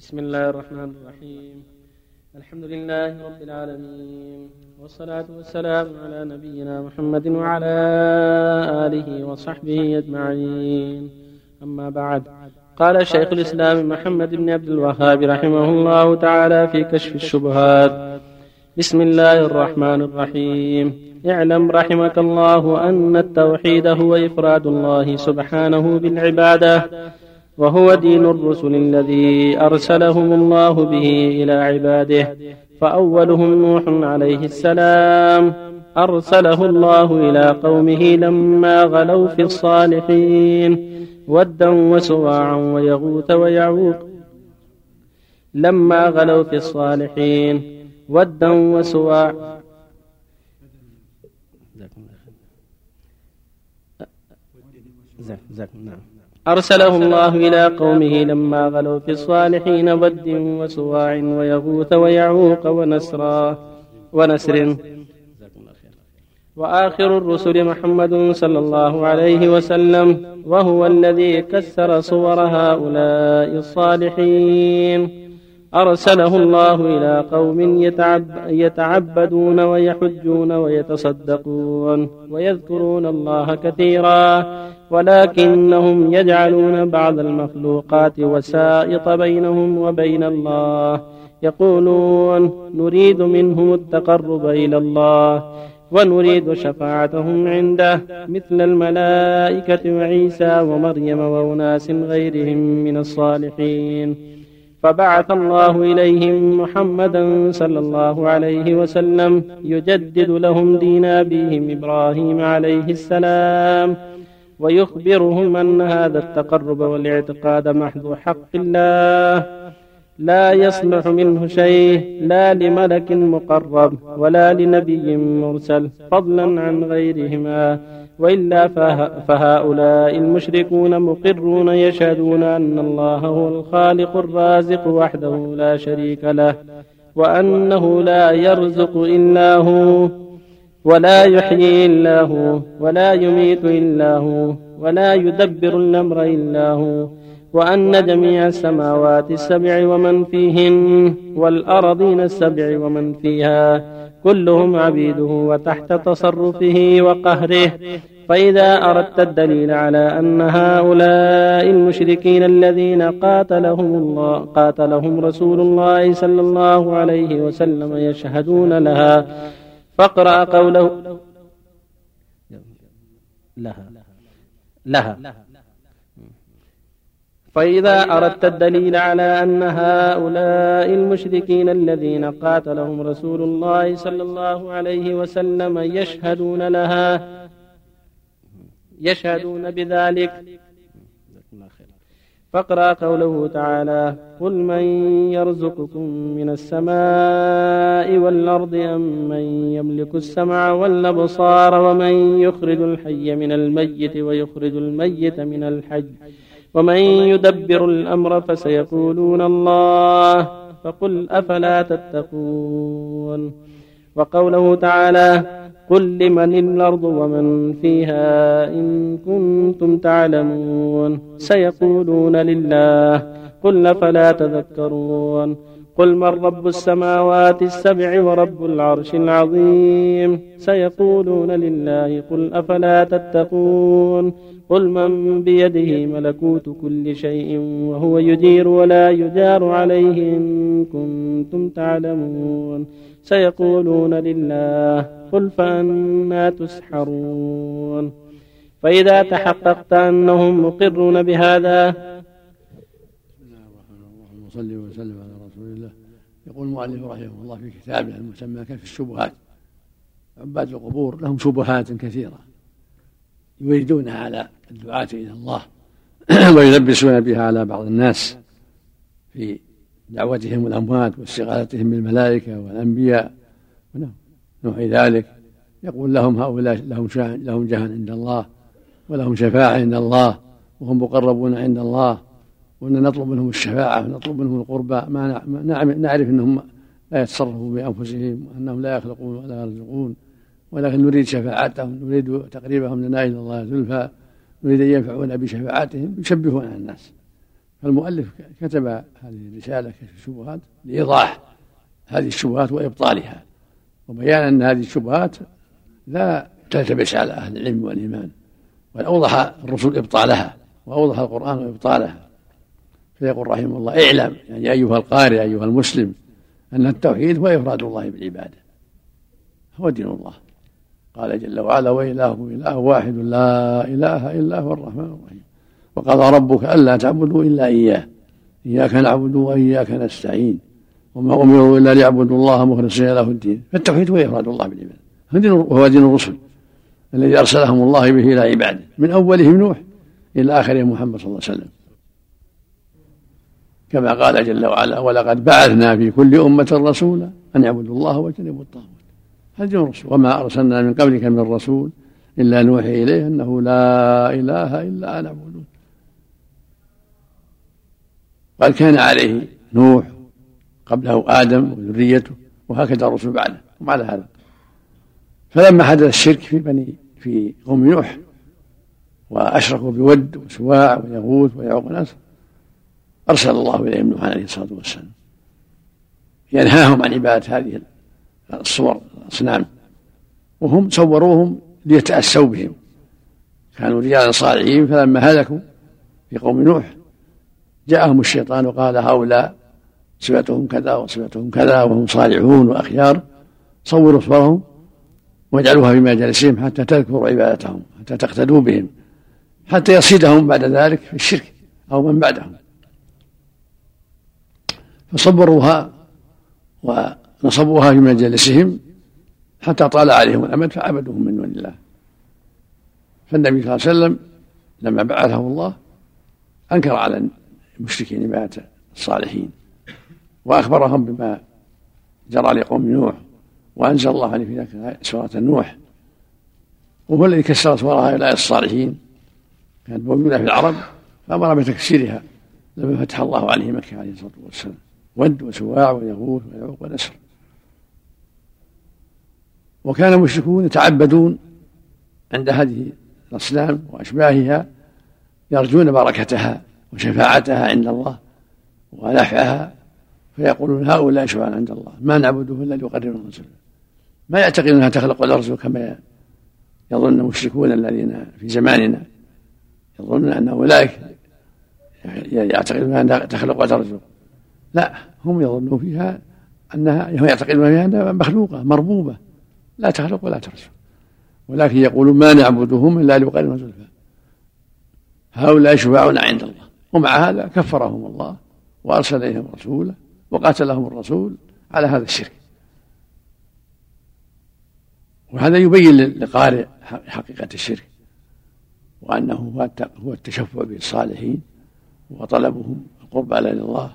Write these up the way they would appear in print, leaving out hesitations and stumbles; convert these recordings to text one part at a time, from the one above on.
بسم الله الرحمن الرحيم. الحمد لله رب العالمين، والصلاة والسلام على نبينا محمد وعلى آله وصحبه أجمعين. أما بعد، قال شيخ الإسلام محمد بن عبد الوهاب رحمه الله تعالى في كشف الشبهات: بسم الله الرحمن الرحيم. اعلم رحمك الله أن التوحيد هو إفراد الله سبحانه بالعبادة، وهو دين الرسل الذي أرسلهم الله به إلى عباده. فأولهم نوح عليه السلام، أرسله الله إلى قومه لما غلوا في الصالحين، ودا وسواعا ويغوث ويعوق. لما غلوا في الصالحين ودا وسواعا أرسله الله إلى قومه لما غلوا في الصالحين ود وسواع ويغوث ويعوق ونسر. وآخر الرسل محمد صلى الله عليه وسلم، وهو الذي كسر صور هؤلاء الصالحين. أرسله الله إلى قوم يتعبدون ويحجون ويتصدقون ويذكرون الله كثيرا، ولكنهم يجعلون بعض المخلوقات وسائط بينهم وبين الله. يقولون نريد منهم التقرب إلى الله ونريد شفاعتهم عنده، مثل الملائكة وعيسى ومريم وأناس غيرهم من الصالحين. فبعث الله إليهم محمدا صلى الله عليه وسلم يجدد لهم دين أبيهم إبراهيم عليه السلام، ويخبرهم أن هذا التقرب والاعتقاد محض حق الله، لا يصلح منه شيء، لا لملك مقرب ولا لنبي مرسل، فضلا عن غيرهما. وإلا فهؤلاء المشركون مقرون يشهدون أن الله هو الخالق الرازق وحده لا شريك له، وأنه لا يرزق إلا هو، ولا يحيي إلا هو، ولا يميت إلا هو، ولا يدبر الأمر إلا هو، وأن جميع السماوات السبع ومن فيهن والأرضين السبع ومن فيها كلهم عبيده وتحت تصرفه وقهره. فإذا أردت الدليل على أن هؤلاء المشركين الذين قاتلهم رسول الله صلى الله عليه وسلم يشهدون فاقرأ قوله لها. فإذا أردت الدليل على أن هؤلاء المشركين الذين قاتلهم رسول الله صلى الله عليه وسلم يشهدون بذلك، فاقرأ قوله تعالى: قل من يرزقكم من السماء والأرض أم من يملك السمع والأبصار ومن يخرج الحي من الميت ويخرج الميت من الحي ومن يدبر الأمر، فسيقولون الله، فقل أفلا تتقون. وقوله تعالى: قل لمن الأرض ومن فيها إن كنتم تعلمون، سيقولون لله، قل أفلا تذكرون. قل من رب السماوات السبع ورب العرش العظيم، سيقولون لله، قل أفلا تتقون. قل من بيده ملكوت كل شيء وهو يجير ولا يجار عليه إن كنتم تعلمون، سيقولون لله، قل فأنى تسحرون. فإذا تحققت أنهم مقرون بهذا. بسم الله الرحمن الرحيم، وصلي وسلم على رسول الله. يقول المؤلف رحمه الله في كتابه المسمى كشف الشبهات: عباد القبور لهم شبهات كثيرة يريدونها على الدعاة إلى الله ويلبسون بها على بعض الناس في دعوتهم الأموات واستغاثتهم بالملائكة والأنبياء ونحو ذلك. يقول لهم هؤلاء لهم جاه عند الله ولهم شفاعة عند الله وهم مقربون عند الله، وأن نطلب منهم الشفاعة ونطلب منهم القربى، ما نعرف أنهم لا يتصرفوا بأنفسهم وأنهم لا يخلقون ولا يرزقون، ولكن نريد شفاعتهم، نريد تقريبهم لنا إلى الله زلفى، نريد أن ينفعونا بشفاعتهم، يشبهون على الناس. فالمؤلف كتب هذه الرسالة كشف الشبهات لإيضاح هذه الشبهات وإبطالها، وبيان أن هذه الشبهات لا تلتبس على أهل العلم والإيمان، وأوضح الرسل إبطالها وأوضح القرآن إبطالها. فيقول رحمه الله: اعلم يعني أيها القارئ أيها المسلم أن التوحيد هو إفراد الله بالعبادة، هو دين الله. قال جل وعلا: وإلهكم إله واحد لا إله إلا هو الرحمن الرحيم، وقضى ربك ألا تعبدوا إلا إياه إياك نعبد وإياك نستعين وما أمروا إلا ليعبدوا الله مخلصين له الدين. فالتوحيد هو إفراد الله بالعبادة، وهو دين الرسل الذي أرسلهم الله به إلى عباده من أولهم نوح إلى آخرهم محمد صلى الله عليه وسلم، كما قال جل وعلا: ولقد بعثنا في كل أمة رسولا أن يعبدوا الله واجتنبوا الطاغوت. هذا دين الرسل، وما أرسلنا من قبلك من رسول إلا نوحي إليه أنه لا إله إلا أنا أعبدون. قال كان عليه نوح قبله آدم وذريته، وهكذا الرسل بعده. وعلى هذا فلما حدث الشرك في قوم نوح وأشركوا بود وسواع ويغوث ويعوق ونسر، أرسل الله إليهم نوحا عليه الصلاة والسلام ينهاهم عن عبادة هذه الصور الأصنام، وهم صوروهم ليتأسوا بهم، كانوا رجالا صالحين. فلما هلكوا في قوم نوح جاءهم الشيطان وقال: هؤلاء صفتهم كذا وصفتهم كذا وهم صالحون وأخيار، صوروا صورهم واجعلوها في مجالسهم حتى تذكروا عبادتهم، حتى تقتدوا بهم، حتى يصيدهم بعد ذلك في الشرك أو من بعدهم. فصبروها ونصبوها في مجالسهم حتى طال عليهم الأمد فعبدوهم من دون الله. فالنبي صلى الله عليه وسلم لما بعثه الله أنكر على المشركين عبادة الصالحين، وأخبرهم بما جرى لقوم نوح، وأنزل الله عليه في ذلك سورة نوح، وهو الذي كسر صور هؤلاء الصالحين، كانت موجودة في العرب فأمر بتكسيرها لما فتح الله عليه مكة عليه الصلاة والسلام، ود وسواع ويغوث ويعوق ونسر. وكان المشركون يتعبدون عند هذه الأصنام وأشباهها يرجون بركتها وشفاعتها عند الله ونفعها، فيقولون: هؤلاء شفعاء عند الله ما نعبدهم إلا ليقربونا زلفى. ما يعتقدون أنها تخلق الأرض كما يظن المشركون الذين في زماننا، يظنون أن أولئك يعتقدون أنها تخلق وترزق. لا، هم يظنون فيها أنها يعتقدون فيها أنها مخلوقة مربوبة لا تخلق ولا ترزق، ولكن يقولون: ما نعبدهم إلا ليقربونا زلفى، هؤلاء شفعاؤنا عند الله. ومع هذا كفرهم الله وأرسل إليهم رسولا وقاتلهم الرسول على هذا الشرك. وهذا يبين للقارئ حقيقة الشرك، وأنه هو التشفع بالصالحين وطلبهم القرب إلى الله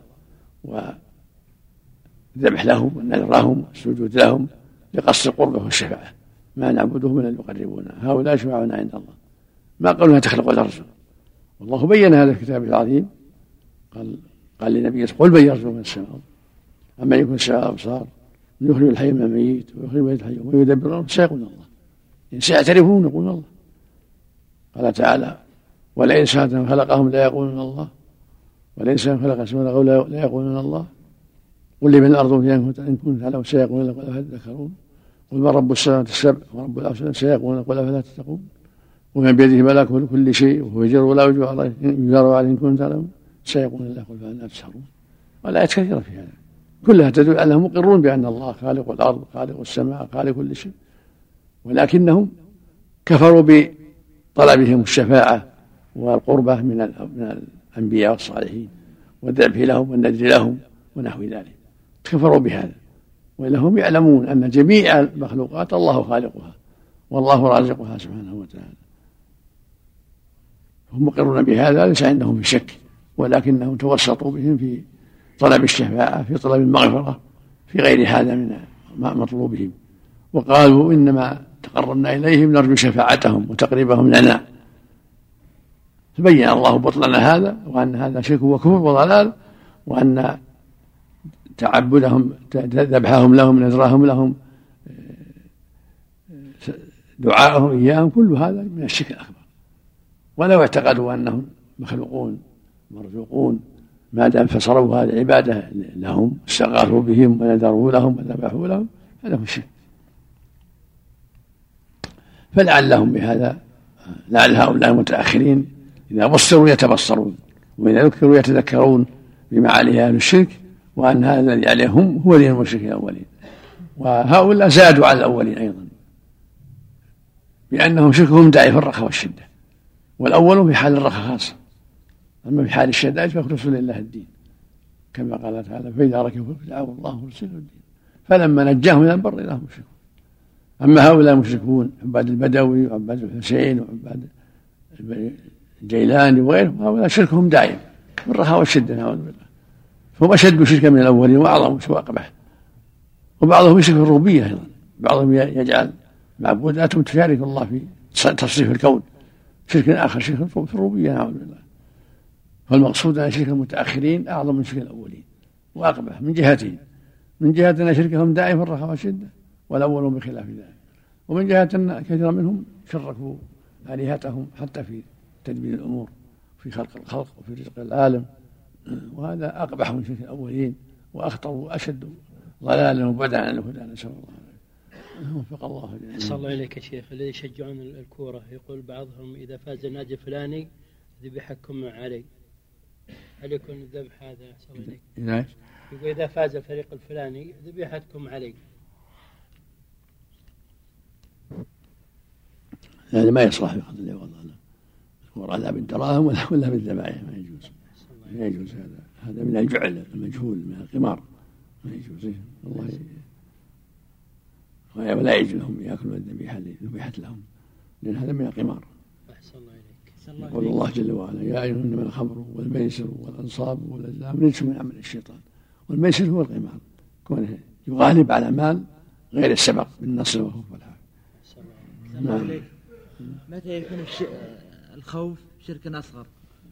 والذبح لهم والنذر لهم والسجود لهم لقصد القربة والشفاعة. ما نعبدهم إلا ليقربونا، هؤلاء شفعاؤنا عند الله، ما قالوا تخلق وترزق. والله بين هذا في كتابه العظيم، قال لنبيه: قل من يرزق من السماء أما يكون السماء أبصار يخرج الحي من الميت ويخرج الميت الحي ويدبر الأمر سيقولون الله، إن سيعترفون يقولون الله. قال تعالى: ولئن سألتهم خلقهم لا يقولون الله ولئن سألتهم خلق السماء لا يقولون الله قل لمن الأرض فيها إن كنت تعلم سيقولون قل أفلا تذكرون قل من رب السماوات السبع ورب الأرض سيقولون قل أفلا تتقون ومن بيده ملك كل شيء وهو يجر ولا يجر عليه إن كنت تعلم سيقولون الله قل فأنا تسحرون. والآيات كثيرة في هذا كلها تدل على أنهم مقرون بأن الله خالق الأرض خالق السماء خالق كل شيء، ولكنهم كفروا بطلبهم الشفاعة والقربة من الأنبياء والصالحين والذبح لهم والنذر لهم ونحو ذلك، كفروا بهذا. ولهم يعلمون أن جميع المخلوقات الله خالقها والله رازقها سبحانه وتعالى، هم مقرون بهذا ليس عندهم في شك، ولكنهم توسطوا بهم في طلب الشفاعة في طلب المغفرة في غير هذا من مطلوبهم، وقالوا إنما تقربنا إليهم نرجو شفاعتهم وتقريبهم لنا. فبين الله بطلنا هذا وأن هذا شرك وكفر وضلال، وأن تعبدهم ذبحهم لهم نذرهم لهم دعاءهم إياهم كل هذا من الشرك الأكبر. ولو اعتقدوا أنهم مخلوقون مرزوقون ما دام فصلوا هذه العبادة لهم استغاثوا بهم ونذروا لهم وذبحوا لهم هذا هو الشرك. فلعلهم بهذا، لعل هؤلاء المتأخرين إذا بصروا يتبصرون، وإذا ذكروا يتذكرون بما عليه أهل الشرك، وأن هذا الذي عليهم هو دين المشركين الأولين. وهؤلاء زادوا على الأولين أيضا، بأنهم شركهم داعي في الرخاء والشدة، والأول في حال الرخاء خاصة، أما في حال الشدائد فيخلصوا لله الدين، كما قال تعالى فإذا ركبوا دعوا الله ورسوله الدين، فلما نجاهم من البر إذا هم مشركون. أما هؤلاء المشركون عباد البدوي وعباد الحسين وعباد الجيلاني وغيرهم، هؤلاء شركهم دائم بالرخاء والشدة نعوذ بالله، فهم أشد شركا من الأولين وأعظم وأقبح. وبعضهم يشرك في الربوبية أيضا، بعضهم يجعل معبوداتهم تشارك الله في تصريف الكون، شرك آخر شرك في الربوبية نعوذ بالله. فالمقصود أن شرك المتأخرين أعظم من شرك الأولين وأقبح من جهتين: من جهة أن شركهم دائم في الرخاء والشدة، والأول بخلاف ذلك، ومن جهة أن كثيرا منهم شركوا آلهتهم حتى في تدبير الأمور، في خلق الخلق وفي رزق العالم، وهذا أقبح من شرك الأولين وأخطر وأشد ضلالا وبعدا عن الهدى. نسأل الله وفق الله. أحسن الله إليك يا شيخ. الذي يشجعون الكورة يقول بعضهم إذا فاز النادي الفلاني ذبحكم علي، هل يكون الذبح هذا أحسن الله إليك؟ يقول إذا فاز الفريق الفلاني ذبحتكم علي. هذا ما يصلح بقدر الله والله، الكورة لا بالدراهم ولا بالذبائح، ما يجوز، ما يجوز. هذا من الجعل المجهول، من القمار، ما يجوز. الله ولا يجوز لهم يأكلون الذبيحة اللي ذبحت لهم، لأن هذا من القمار. أحسن الله إليك. يقول الله جل وعلا: يا أيها إنما الخمر والميسر والأنصاب والأزلام رجس من عمل الشيطان. والميسر هو القمار، كونه يغالب على مال غير السبق بالنصر والخوف والحال. متى يكون الخوف شركا أصغر؟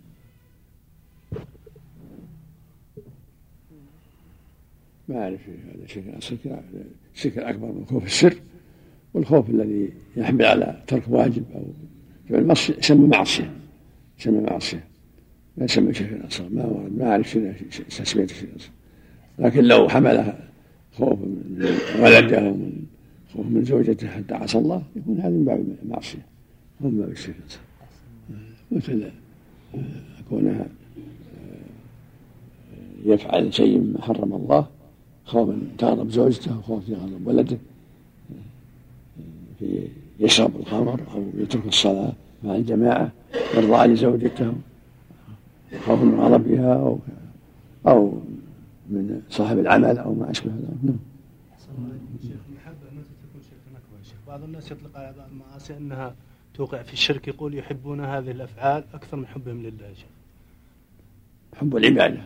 ما أعرف هذا شرك أكبر من خوف السر، والخوف الذي يحمل على ترك واجب أو فعل معصية يسمى معصية، لا يسمى شركا أصغر. ما ورد، ما أعرف تسمية الشرك الأصغر. لكن لو حملها خوف من ولده أو من خوف من زوجته حتى عصى الله، يكون هذا من باب المعصية ومن باب الشرك الأصغر. مثل كونها يفعل شيء ما حرم الله خوفا تغضب زوجته وخوف يغضب ولده، في يشرب الخمر أو يترك الصلاة مع الجماعة يرضى لزوجته خوف من غضبها أو من صاحب العمل أو ما أشبه ذلك. شيخ المحبة متى تكون شركا أكبر؟ شيخ بعض الناس يطلق على بعض المعاصي أنها توقع في الشرك، يقول يحبون هذه الأفعال أكثر من حبهم لله. شيخ حب العبادة،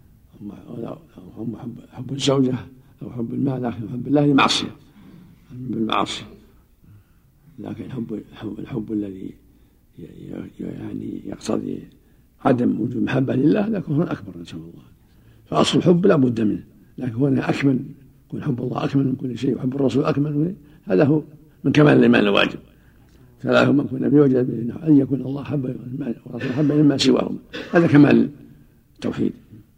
هم حب الزوجة أو حب المال، لكن حب الله معصية بالمعاصي. لكن الحب الذي يعني يقتضي عدم وجود محبة لله ذاك هو أكبر، نسأل الله. فأصل الحب لا بد منه، لكن هو أكمل، يكون حب الله أكمل من كل شيء وحب الرسول أكمل من، هذا هو من كمال الإيمان الواجب. ثلاثة من كنا بوجد أن يكون الله حب ورسول حب مما سواهما، هذا كمال التوحيد.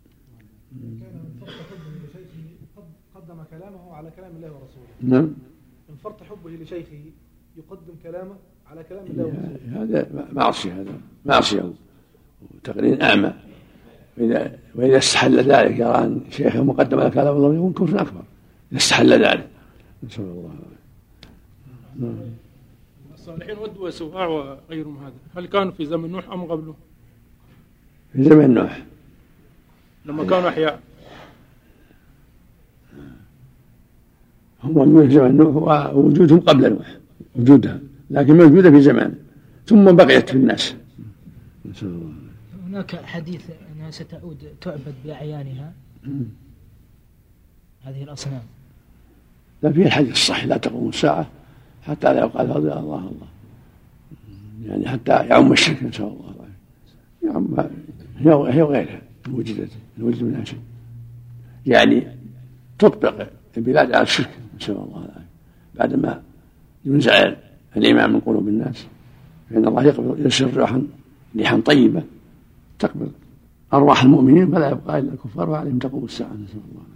قدم كلامه على كلام الله ورسوله. نعم. من فرط حبه لشيخه يقدم كلامه على كلام الله ورسوله، هذا معصية، هذا معصية وتقرير أعمى. وإذا استحل ذلك يرى أن شيخه مقدم على كلام الله يكون كفر أكبر إذا استحل ذلك. نسأل الله. الصالحين ودوا وسواع وغيرهم، هذا هل كانوا في زمن نوح أم قبله؟ في زمن نوح لما كانوا أحياء. هم موجودون في زمن نوح ووجودهم قبل نوح وجودها، لكن موجودة في زمان ثم بقيت في الناس. نسأل الله. هناك حديث أنها ستعود تعبد بأعيانها هذه الأصنام. لا، فيه الحديث الصحيح لا تقوم الساعة حتى لا يقال فضل الله، يعني حتى يعم الشرك. نسأل الله يعم هي وغيرها وجد منها شيء، يعني تطبق البلاد على الشرك. نسأل الله العافية. بعدما ينزع الإيمان من قلوب الناس، فإن الله يرسل ريحا طيبة تقبل أرواح المؤمنين فلا يبقى إلا الكفار وعليهم تقوم الساعة. نسأل الله.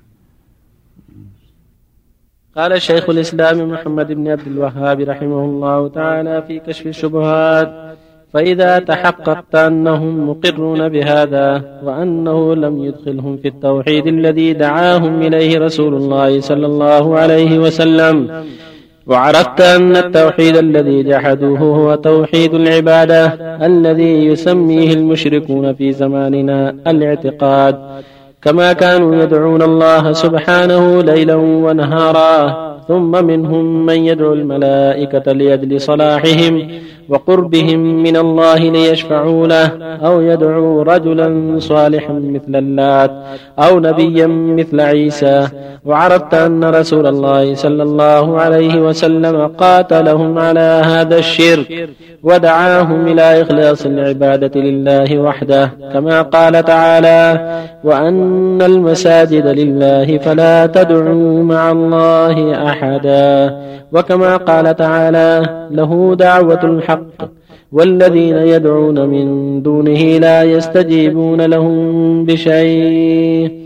قال شيخ الإسلام محمد بن عبد الوهاب رحمه الله تعالى في كشف الشبهات: فإذا تحققت أنهم مقرون بهذا وأنه لم يدخلهم في التوحيد الذي دعاهم إليه رسول الله صلى الله عليه وسلم، وعرفت أن التوحيد الذي جحدوه هو توحيد العبادة الذي يسميه المشركون في زماننا الاعتقاد، كما كانوا يدعون الله سبحانه ليلا ونهارا، ثم منهم من يدعو الملائكة لأجل صلاحهم وقربهم من الله ليشفعوا له، أو يدعو رجلا صالحا مثل اللات أو نبيا مثل عيسى. وعرفت أن رسول الله صلى الله عليه وسلم قاتلهم على هذا الشرك ودعاهم إلى إخلاص العبادة لله وحده، كما قال تعالى: وأن المساجد لله فلا تدعوا مع الله أحدا، وكما قال تعالى: له دعوة الحق والذين يدعون من دونه لا يستجيبون لهم بشيء.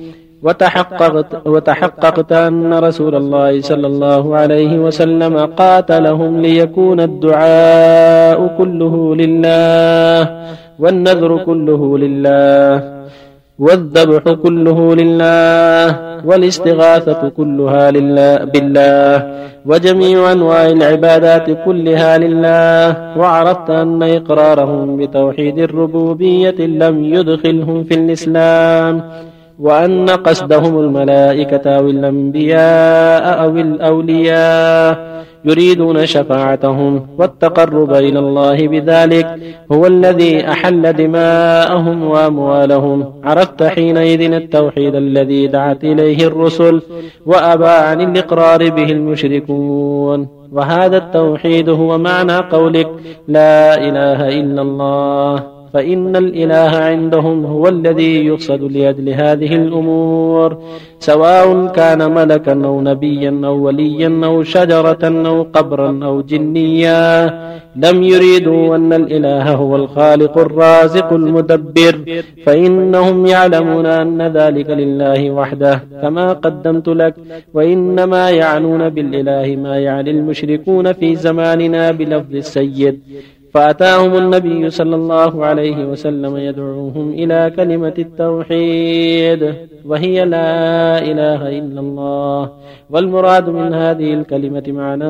وتحققت أن رسول الله صلى الله عليه وسلم قاتلهم ليكون الدعاء كله لله، والنذر كله لله، والذبح كله لله، والاستغاثة كلها بالله، وجميع أنواع العبادات كلها لله. وعرفت أن إقرارهم بتوحيد الربوبية لم يدخلهم في الإسلام، وأن قصدهم الملائكة أو الأنبياء أو الأولياء يريدون شفاعتهم والتقرب إلى الله بذلك هو الذي أحل دماءهم وأموالهم. عرفت حينئذ التوحيد الذي دعت إليه الرسل وأبى عن الإقرار به المشركون، وهذا التوحيد هو معنى قولك لا إله إلا الله، فإن الإله عندهم هو الذي يقصد لأجل هذه الأمور، سواء كان ملكا أو نبيا أو وليا أو شجرة أو قبرا أو جنيا. لم يريدوا أن الإله هو الخالق الرازق المدبر، فإنهم يعلمون أن ذلك لله وحده كما قدمت لك، وإنما يعنون بالإله ما يعني المشركون في زماننا بلفظ السيد. فأتاهم النبي صلى الله عليه وسلم يدعوهم إلى كلمة التوحيد وهي لا إله إلا الله، والمراد من هذه الكلمة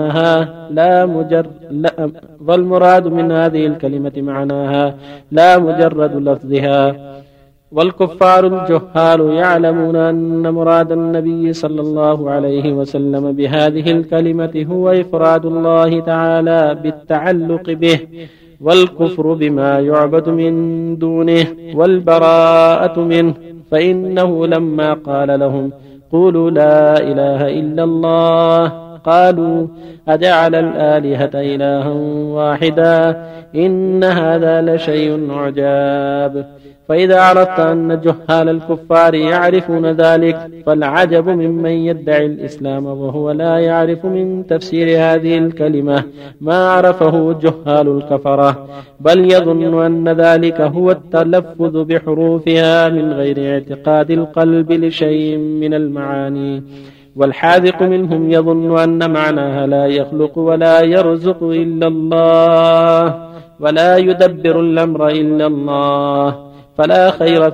معناها لا مجرد لفظها. والكفار الجهال يعلمون أن مراد النبي صلى الله عليه وسلم بهذه الكلمة هو إفراد الله تعالى بالتعلق به، والكفر بما يعبد من دونه، والبراءة منه. فإنه لما قال لهم قولوا لا إله إلا الله قالوا أجعل الآلهة إلها واحدا إن هذا لشيء عجاب. فإذا عرفت أن جهال الكفار يعرفون ذلك فالعجب ممن يدعي الإسلام وهو لا يعرف من تفسير هذه الكلمة ما عرفه جهال الكفرة، بل يظن أن ذلك هو التلفظ بحروفها من غير اعتقاد القلب لشيء من المعاني. والحاذق منهم يظن أن معناها لا يخلق ولا يرزق إلا الله ولا يدبر الأمر إلا الله، فلا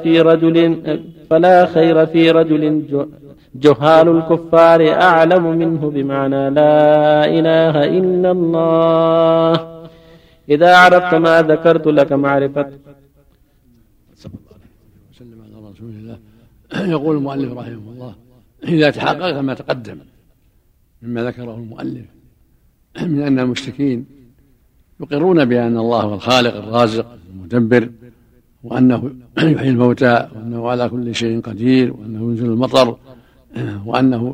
خير في رجل جهال الكفار أعلم منه بمعنى لا إله إلا الله. إذا عرفت ما ذكرت لك معرفة. صلى الله عليه وسلم على رسول الله. يقول المؤلف رحمه الله: إذا تحققت ما تقدم مما ذكره المؤلف من أن المشركين يقرون بأن الله هو الخالق الرازق المدبر، وأنه يحيي الموتى، وأنه على كل شيء قدير، وأنه ينزل المطر، وأنه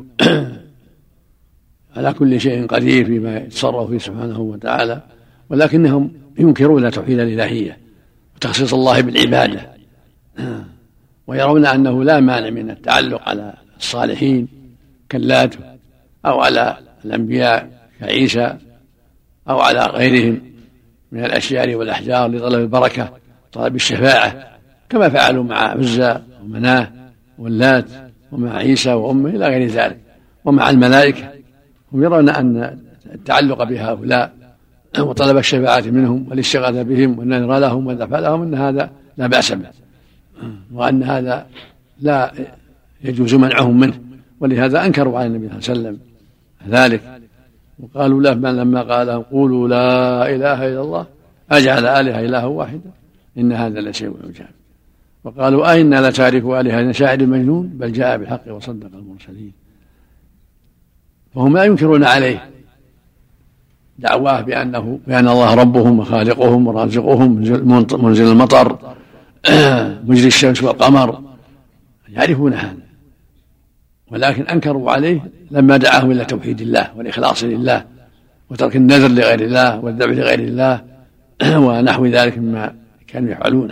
على كل شيء قدير فيما يتصرف فيه سبحانه وتعالى، ولكنهم ينكرون توحيد الإلهية وتخصيص الله بالعبادة، ويرون أنه لا مانع من التعلق على الصالحين كاللات، أو على الأنبياء كعيسى، أو على غيرهم من الأشجار والأحجار لطلب البركة طلب الشفاعة، كما فعلوا مع عزى ومناه واللات ومع عيسى وأمه إلى غير ذلك ومع الملائكة. هم يرون أن التعلق بهؤلاء وطلب الشفاعة منهم والاستغاثة بهم والنذر لهم والذبح لهم أن هذا لا بأس به، وأن هذا لا يجوز منعهم منه، ولهذا أنكروا على النبي صلى الله عليه وسلم ذلك وقالوا له لما قال لهم قولوا لا إله إلا الله أجعل آلهة إله واحدا إن هذا لشيء عجاب. وقالوا أئنا لتاركوا آلهة شاعر مجنون بل جاء بالحق وصدق المرسلين. فهم لا ينكرون عليه دعواه بأن الله ربهم وخالقهم ورازقهم منزل المطر مجري الشمس والقمر، يعرفون هذا، ولكن أنكروا عليه لما دعاهم إلى توحيد الله والإخلاص لله وترك النذر لغير الله والذبح لغير الله ونحو ذلك مما كانوا يفعلونه،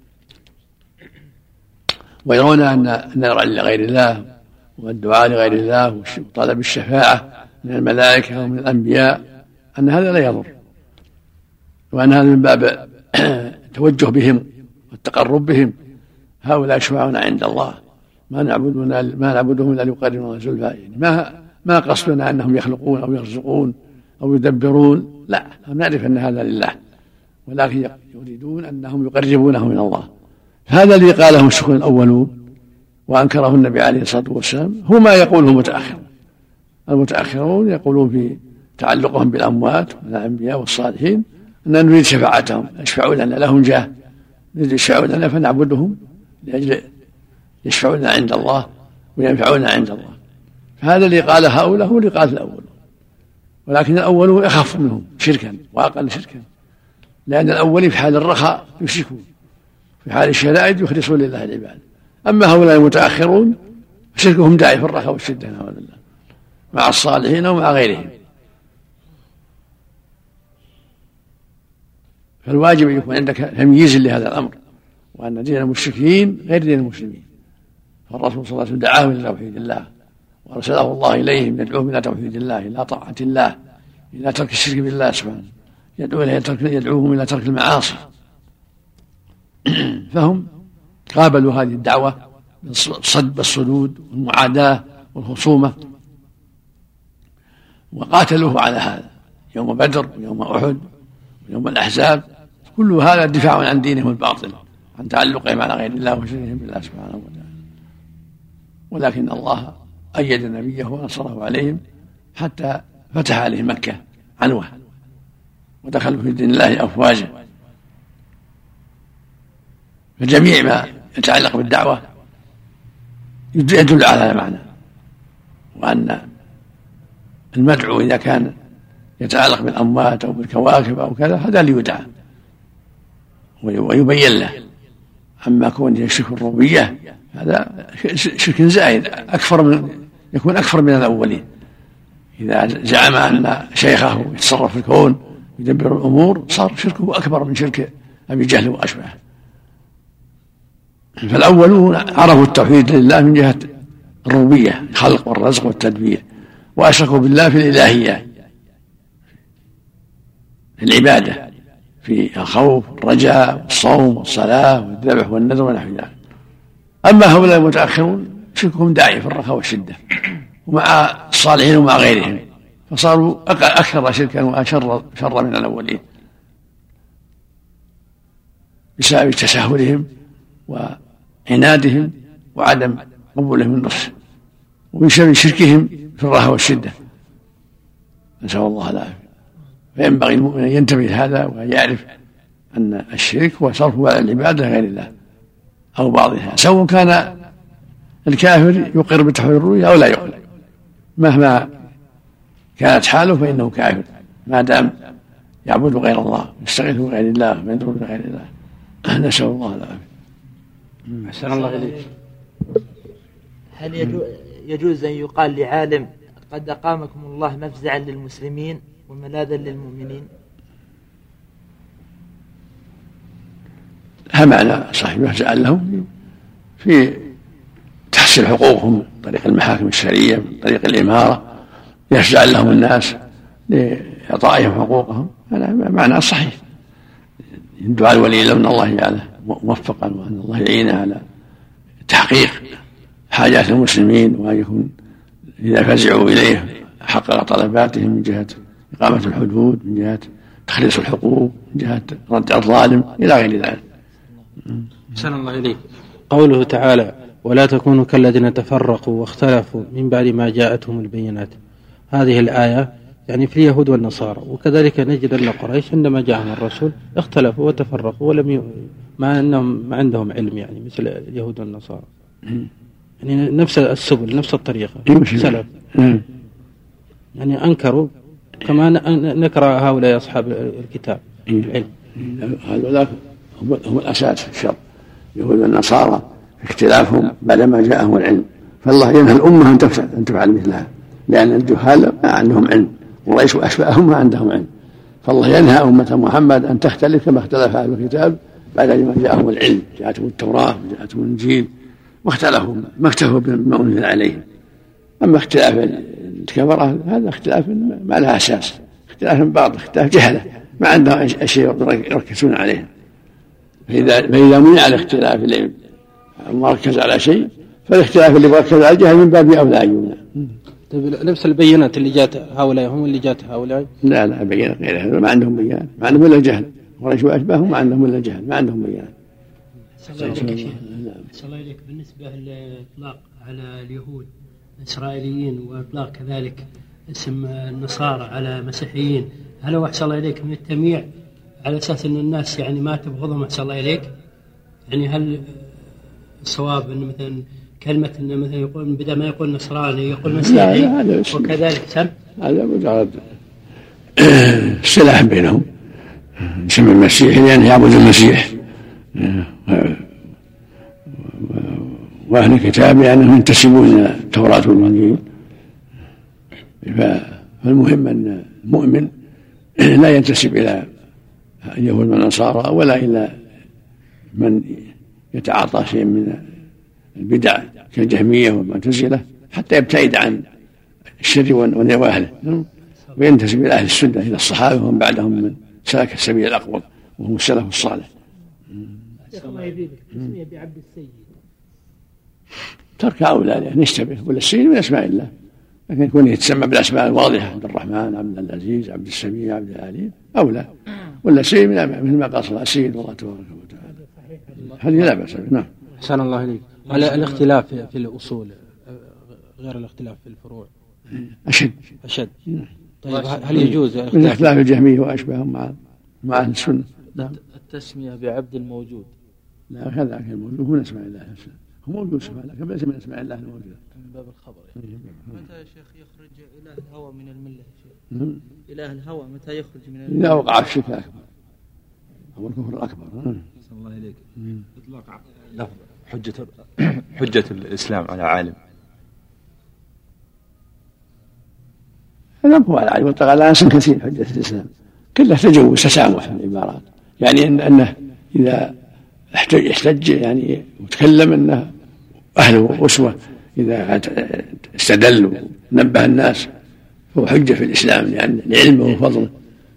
ويرون أن النذر لغير الله والدعاء لغير الله وطلب الشفاعة من الملائكة ومن الأنبياء أن هذا لا يضر، وأن هذا من باب التوجه بهم والتقرب بهم. هؤلاء يشفعون عند الله ما نعبدهم إلا ليقربونا زلفى، يعني ما قصدنا أنهم يخلقون أو يرزقون أو يدبرون، لا، نعرف أن هذا لله، ولكن يريدون أنهم يقربونه من الله. هذا الذي قاله الشيوخ الأولون وأنكره النبي عليه الصلاة والسلام هو ما يقوله المتأخرون يقولون في تعلقهم بالأموات والأنبياء والصالحين أننا نريد شفاعتهم، يشفعوا لنا، لهم جاه، نريد يشفعوا لنا فنعبدهم لأجل يشفعوا لنا عند الله وينفعونا عند الله. فهذا اللي قال هؤلاء هو اللي قال الأولون، ولكن الأولون أخف منهم شركا وأقل شركا، لأن الأولين في حال الرخاء يشركون، في حال الشدائد يخلصون لله العباد. أما هؤلاء المتأخرون شركهم داعي في الرخاء والشدة نعوذ بالله مع الصالحين ومع غيرهم. فالواجب أن يكون عندك تمييز لهذا الأمر، وأن دين المشركين غير دين المسلمين. فالرسول صلى الله عليه وسلم دعاهم إلى توحيد الله وأرسله الله إليهم يدعوهم إلى توحيد الله، إلى طاعة الله، إلى ترك الشرك بالله سبحانه، يدعوهم إلى ترك المعاصي. فهم قابلوا هذه الدعوة بالصد والصدود والمعاداة والخصومة، وقاتلوه على هذا يوم بدر ويوم أحد ويوم الأحزاب، كل هذا دفاع عن دينهم الباطل، عن تعلقهم على غير الله وشركهم بالله سبحانه وتعالى. ولكن الله أيد نبيه ونصره عليهم حتى فتح عليه مكة عنوة ودخلوا في دين الله أفواجا. فجميع ما يتعلق بالدعوة يدل على هذا المعنى، وأن المدعو إذا كان يتعلق بالأموات أو بالكواكب أو كذا هذا اللي يدعى ويبين له. أما كون يشرك الربوبية هذا شرك زائد يكون أكثر من الأولين. إذا زعم أن شيخه يتصرف في الكون يدبر الأمور صار شركه أكبر من شرك أبي جهل وأشبهه. فالأولون عرفوا التوحيد لله من جهة الربوبية، الخلق والرزق والتدبير، وأشركوا بالله في الإلهية، في العبادة، في الخوف والرجاء والصوم والصلاة والذبح والنذر ونحو ذلك. أما هؤلاء المتأخرون شركهم داعي في الرخاء والشدة ومع الصالحين ومع غيرهم، فصاروا أكثر شركا وأشر من الأولين بسبب تساهلهم وعنادهم وعدم قبولهم النصح، وبسبب شركهم في الرخاء والشدة، نسأل الله العافية. فينبغي المؤمن أن ينتبه لهذا وأن يعرف أن الشرك هو صرف العبادة غير الله أو بعضها، سواء كان الكافر يقر بتوحيد الربوبية أو لا يقر، مهما كانت حاله فإنه كافر ما دام يعبد غير الله، يستغيث بغير الله ويدعو بغير الله. نسأل الله العافية. أحسن الله إليك. هل يجوز أن يقال لعالم قد أقامكم الله مفزعا للمسلمين وملاذا للمؤمنين؟ ها معنى صحيح، مفزعا لهم في تحصيل حقوقهم من طريق المحاكم الشرعية، من طريق الإمارة، يفزع لهم الناس لإعطائهم حقوقهم، هذا معنى صحيح. دعاء الولي لو أن الله جعله موفقا، وأن الله يعينه على تحقيق حاجات المسلمين، وأن يكون إذا فزعوا إليه حقق طلباتهم من جهة إقامة الحدود، من جهة تخليص الحقوق، من جهة رد الظالم، إلى غير ذلك. أحسن الله إليك. قوله تعالى: ولا تكونوا كالذين تفرقوا واختلفوا من بعد ما جاءتهم البينات، هذه الآية يعني في اليهود والنصارى، وكذلك نجد أن قريش عندما جاءهم الرسول اختلفوا وتفرقوا مع أنهم ما عندهم علم، يعني مثل اليهود والنصارى، يعني نفس السبل نفس الطريقة سلف، يعني أنكروا كما نكر هؤلاء أصحاب الكتاب العلم. هؤلاء هم الأساس في الشر، اليهود والنصارى في اختلافهم بعدما جاءهم العلم، فالله ينهى الأمة أن تفعل مثلها، لأن الجهال ما عندهم علم، وليس أشباههم ما عندهم علم، فالله ينهى أمة محمد أن تختلف كما اختلف أهل الكتاب بعد ما جاءهم العلم، جاءتهم التوراة وجاءتهم الإنجيل واختلفوا ما اكتفوا بما أنزل عليهم. أما اختلاف الكفرة هذا اختلاف ما له أساس، اختلاف باطل، اختلاف جهلة ما عندهم شيء يركزون عليه، فإذا منع الاختلاف اللي مركز على شيء، فالاختلاف اللي مركز على الجهل من باب أولى أن يمنع. نفس البينات اللي جاءت هؤلاء هم اللي جاءت هؤلاء؟ لا بينات غير هذول ما عندهم بيان، ما عندهم إلا جهل، ورجل وأشباههم ما عندهم إلا جهل، ما عندهم بيان. الله إليك. بالنسبة للإطلاق على اليهود الإسرائيليين وإطلاق كذلك اسم النصارى على مسيحيين، هل هو أحسن الله إليك من التمييع على أساس أن الناس يعني ما تبغضهم أحسن الله إليك؟ يعني هل الصواب أن مثلا كلمة أن مثلا يقول بدل ما يقول نصراني يقول مسيحي وكذلك سم؟ هذا مجرد سلاح بينهم، اسم المسيحي لأنه يعبد المسيح، وأهل الكتاب لأنهم ينتسبون إلى التوراة والإنجيل. فالمهم أن المؤمن لا ينتسب إلى اليهود والنصارى ولا إلى من يتعاطى شيء من البدع كالجهمية والمعتزلة، حتى يبتعد عن الشر ونواهله، وينتسب إلى أهل السنة، إلى الصحابة ومن بعدهم من سلك السبيل الأقوم وهم السلف الصالح. الله يبارك اسمه بعبد السيد، ترك هؤلاء لأن يشتبه، ولا السيد من أسماء الله، لكن يكون يتسمى بالأسماء الواضحة، عبد الرحمن، عبد العزيز، عبد السميع، عبد العليم، أولى، ولا السيد مثل ما قال صلى الله السيد والله تبارك وتعالى، هذه لا بأس بها. نعم. أحسن الله إليك. على الاختلاف في الأصول غير الاختلاف في الفروع أشد. طيب هل يجوز من اختلاف الجهمية وأشباههم مع أهل السنة؟ التسمية بعبد الموجود، لا هذا الموجود هو من أسماء الله نفسه، هو موجود سبحانه، لكن ليس من أسماء الله الموجودة. من باب الخبر. متى يا شيخ يخرج إله الهوى من الملة يا شيخ؟ إله الهوى متى يخرج من الملة؟ إذا وقع في الشرك الأكبر أو الكفر الأكبر. صلى الله عليك. إطلاق لفظ حجة الإسلام على عالم، هذا هو العالم، يطلق على ناس كثير حجة الإسلام، كله تجوز تسامح في العبارات، يعني أنه إذا احتج يعني وتكلم أنه أهله أسوة، إذا استدلوا نبه الناس فهو حجة في الإسلام لعلمه وفضله،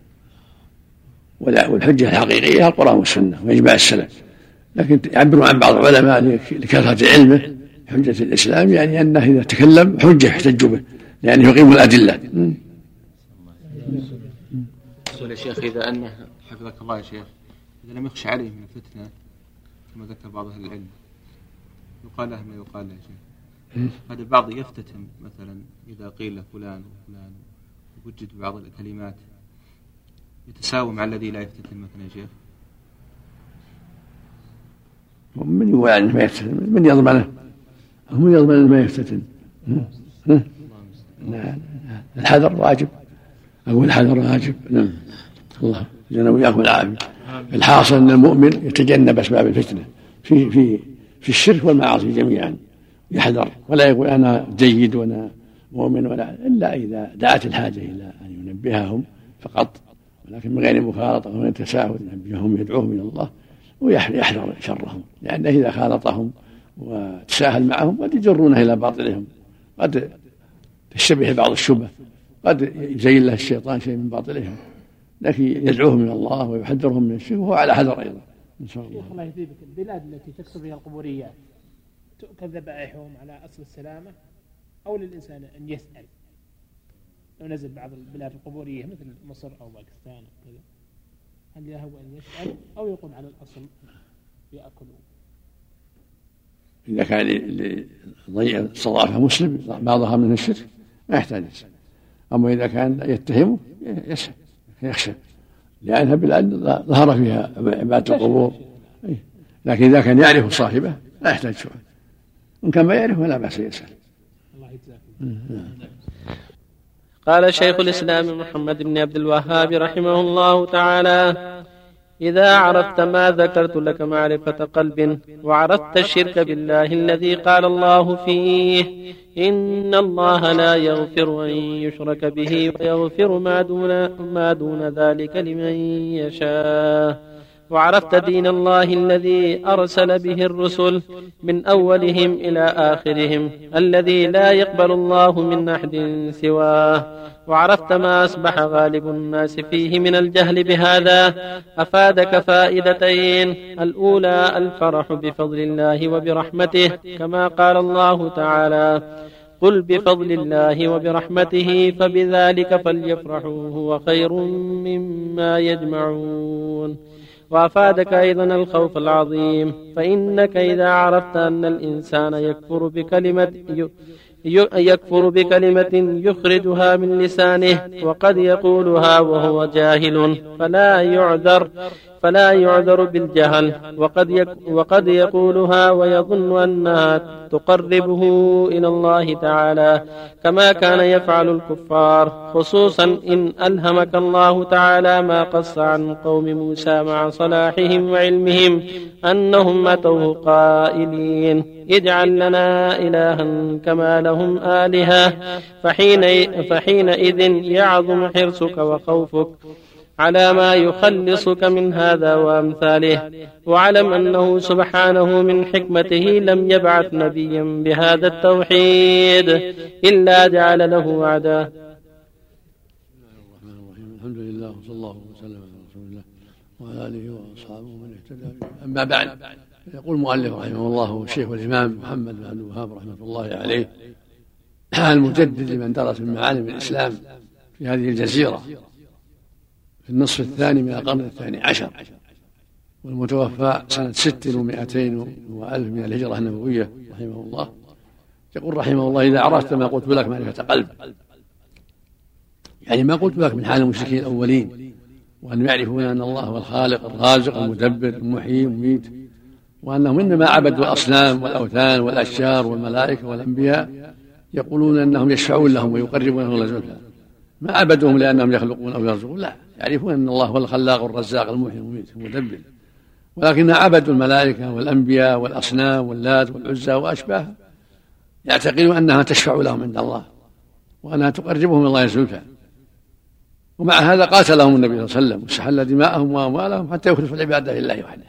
والحجة الحقيقية القرآن والسنة وإجماع السلف. لكن يعبرون عن بعض العلماء لكثرة علمه حجة الإسلام، يعني أنه إذا تكلم حجة يحتج به لأنه يقيم الأدلة. يا شيخ إذا أنه حفظك الله يا شيخ، إذا لم يخشى عليه من الفتنة كما ذكر بعض أهل العلم يقال له ما يقال له يا شيخ، هذا البعض يفتتن مثلا إذا قيل له فلان وفلان ووجد بعض الكلمات يتساوى مع الذي لا يفتتن مثلا يا شيخ. من يقول عنه ما يفتتن؟ من يضمنه؟ هم يضمن ما يفتتن؟ الحذر واجب، أقول الحذر واجب. نعم. الله يجعلنا وإياكم العافية. الحاصل أن المؤمن يتجنب أسباب الفتنة في الشرك والمعاصي جميعا، يحذر ولا يقول أنا جيد وأنا مؤمن إلا إذا دعت الحاجة إلى أن ينبههم فقط، ولكن من غير مخالطة ومن تساهل ينبههم يدعوهم إلى الله ويحذر شرهم، لأنه إذا خالطهم وتساهل معهم قد يجرونه إلى باطلهم، قد تشتبه بعض الشبه، قد يزين له الشيطان شيء من باطلهم، لكن يدعوهم إلى الله ويحذرهم من الشرك وهو على حذر أيضا. إن شاء الله. شيخ الله يثيبك، البلاد التي تكثر فيها القبوريات تؤكل ذبائحهم على أصل السلامة أو للإنسان أن يسأل؟ لو نزل بعض البلاد القبورية مثل مصر أو باكستان أو كذا، هل له أن يسأل أو يقول على الأصل يأكلون؟ إذا كان ضيع صضعها مسلم بعضها من الشرك ما يحتاج يسأل. أما إذا كان يتهمه يسأل يخشى، لأنها بلاد ظهر فيها عبادة القبور. لكن إذا كان يعرف صاحبه لا يحتاج سؤال، إن كان ما يعرفه لا بأس يسأل. الله يجزاكم. قال شيخ الإسلام محمد بن عبد الوهاب رحمه الله تعالى: إذا عرفت ما ذكرت لك معرفة قلب، وعرفت الشرك بالله الذي قال الله فيه: إن الله لا يغفر أن يشرك به ويغفر ما دون ذلك لمن يشاء، وعرفت دين الله الذي أرسل به الرسل من أولهم إلى آخرهم الذي لا يقبل الله من أحد سواه، وعرفت ما أصبح غالب الناس فيه من الجهل بهذا، أفادك فائدتين: الأولى الفرح بفضل الله وبرحمته، كما قال الله تعالى: قل بفضل الله وبرحمته فبذلك فليفرحوا هو خير مما يجمعون. وأفادك أيضا الخوف العظيم، فإنك إذا عرفت أن الإنسان يكفر بكلمة يخرجها من لسانه وقد يقولها وهو جاهل فلا يعذر بالجهل، وقد يقولها ويظن أنها تقربه إلى الله تعالى كما كان يفعل الكفار، خصوصا إن ألهمك الله تعالى ما قص عن قوم موسى مع صلاحهم وعلمهم أنهم أتوه قائلين: اجعل لنا إلها كما لهم آلهة، فحينئذ يعظم حرصك وخوفك على ما يخلصك من هذا وأمثاله. واعلم أنه سبحانه من حكمته لم يبعث نبيا بهذا التوحيد إلا جعل له أعداء. بسم الله الرحمن الرحيم، الحمد لله وصلى الله وسلم على رسول الله وعلى آله وأصحابه من اهتدى به. أما بعد، يقول المؤلف رحمه الله الشيخ والإمام محمد بن عبد الوهاب رحمة الله عليه المجدد لمن درس من معالم الإسلام في هذه الجزيرة في النصف الثاني من القرن الثاني عشر، والمتوفى سنة 600 وألف من الهجرة النبوية رحمه الله. يقول رحمه الله: إذا عرفت ما قلت لك معرفة قلب، يعني ما قلت لك من حال المشركين الأولين، وأن يعرفون أن الله هو الخالق الرازق المدبر المحيي المميت، وأنهم إنما عبدوا الأصنام والأوثان والأشجار والملائكة والأنبياء، يقولون أنهم يشفعون لهم ويقربونهم إلى زلفى. ما عبدوهم لأنهم يخلقون أو يرزقون، لا، يعرفون أن الله هو الخلاق الرزاق المحيي المميت المدبر، ولكن عبدوا الملائكة والأنبياء والأصنام واللات والعزى وأشباهها، يعتقدون أنها تشفع لهم عند الله وأنها تقربهم إلى الله زلفى. ومع هذا قاتلهم النبي صلى الله عليه وسلم واستحل دماءهم وأموالهم حتى يخلصوا العبادة لله وحده.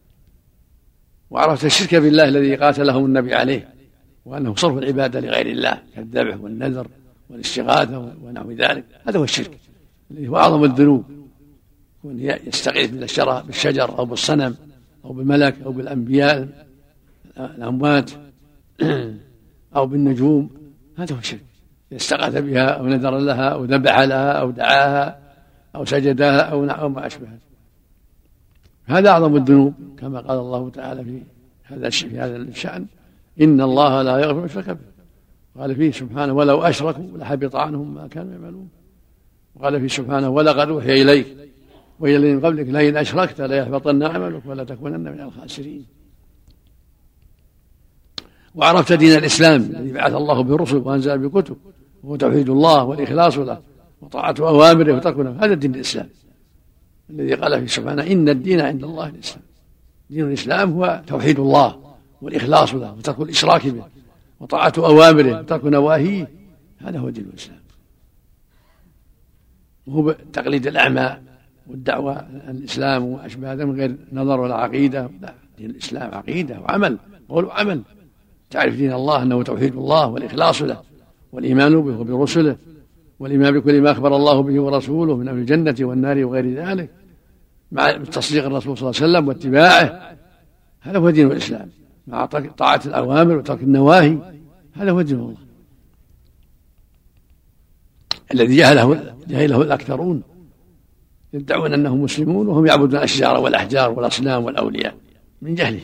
وعرفت الشرك بالله الذي قاتلهم النبي عليه، وأنه صرف العبادة لغير الله كالذبح والنذر والاستغاثة ونحو ذلك، هذا هو الشرك الذي هو أعظم الذنوب، وأن يستغيث بالشجر أو بالصنم أو بالملك أو بالأنبياء الأموات أو بالنجوم، هذا هو الشرك. استغاث بها أو نذر لها أو ذبح لها أو دعاها أو سجدها أو ما أشبه، هذا أعظم الذنوب، كما قال الله تعالى في هذا الشأن: إن الله لا يغفر يشرك به. قال فيه سبحانه: ولو أشركوا لحبط عنهم ما كانوا يعملون. وقال فيه سبحانه: ولقد أوحي إليك وإلى الذين قبلك لئن أشركت ليحبطن عملك ولا تكونن من الخاسرين. وعرفت دين الإسلام الذي بعث الله بالرسل وأنزل بكتب، وهو توحيد الله والإخلاص له وطاعة أوامره وترك نواهيه، هذا الدين الإسلام الذي قال فيه سبحانه: إن الدين عند الله الإسلام. دين الإسلام هو توحيد الله والإخلاص له وترك الإشراك به وطاعة أوامره وترك نواهيه، هذا هو دين الإسلام. وهو تقليد الأعمى والدعوة عن الإسلام وأشباه هذا من غير نظر ولا عقيدة، لا، دين الإسلام عقيدة وعمل، قول وعمل. تعرف دين الله أنه توحيد الله والإخلاص له والإيمان به وبرسله والإيمان بكل ما أخبر الله به ورسوله من أمر الجنة والنار وغير ذلك، مع تصديق الرسول صلى الله عليه وسلم واتباعه، هذا هو دين الإسلام، مع طاعة الأوامر وترك النواهي، هذا هو دين الله الذي جهله الأكثرون، يدعون أنهم مسلمون وهم يعبدون الأشجار والأحجار والأصنام والأولياء من جهله.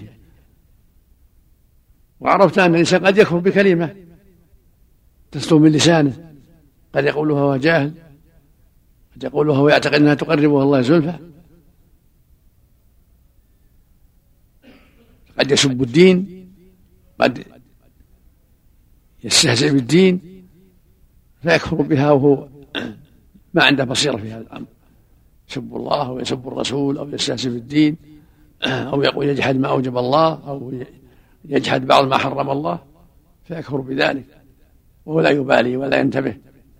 وعرفت أن الإنسان قد يكفر بكلمة تسلو من لسانه، قد يقولها وهو جاهل، قد يقولها ويعتقد أنها تقربه الله زلفى، قد يسب الدين، قد يستهزئ بالدين فيكفر بها وهو ما عنده بصيرة في هذا الأمر، يسب الله أو يسب الرسول أو يستهزئ بالدين أو يقول يجحد ما أوجب الله أو يجحد بعض ما حرم الله فيكفر بذلك وهو لا يبالي ولا ينتبه.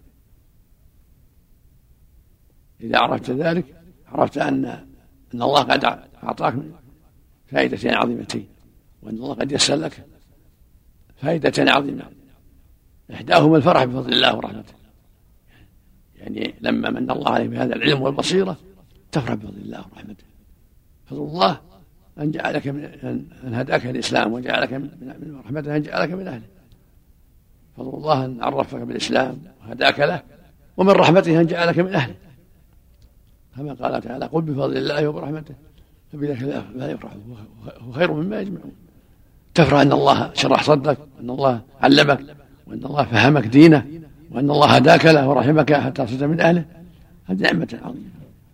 إذا عرفت ذلك عرفت أن الله قد أعطاك فائدتين عظيمتين، وأن الله قد يسر لك فائدتين عظيمة، إحداهما الفرح بفضل الله ورحمته، يعني لما من الله عليه بهذا العلم والبصيرة تفرح بفضل الله ورحمته. فضل الله أن جعلك أن هداك الإسلام وجعلك من رحمته أن جعلك من أهله، فضل الله أن عرفك بالإسلام وهداك له، ومن رحمته أن جعلك من أهله، كما قال تعالى قل بفضل الله وبرحمته فبذلك لا يفرح هو خير مما يجمعون. تفرح أن الله شرح صدرك، وأن الله علمك، وأن الله فهمك دينه، وأن الله هداك له ورحمك حتى صرت من أهله، هذه نعمة عظيمة.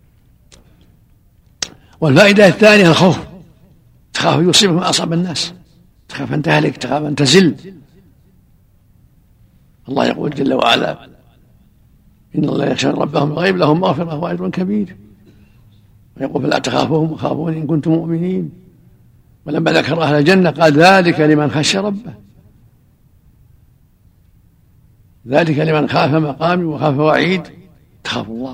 والفائدة الثانية الخوف، تخاف يصيبك ما أصاب الناس، تخاف أن تهلك، تخاف أن تزل. الله يقول جل وعلا إن الله يخشون ربهم بالغيب لهم مغفرة وأجر كبير، ويقول فلا تخافوهم وخافون إن كنتم مؤمنين. ولما ذكر أهل الجنة قال ذلك لمن خشي ربه، ذلك لمن خاف مقامي وخاف وعيد. تخاف الله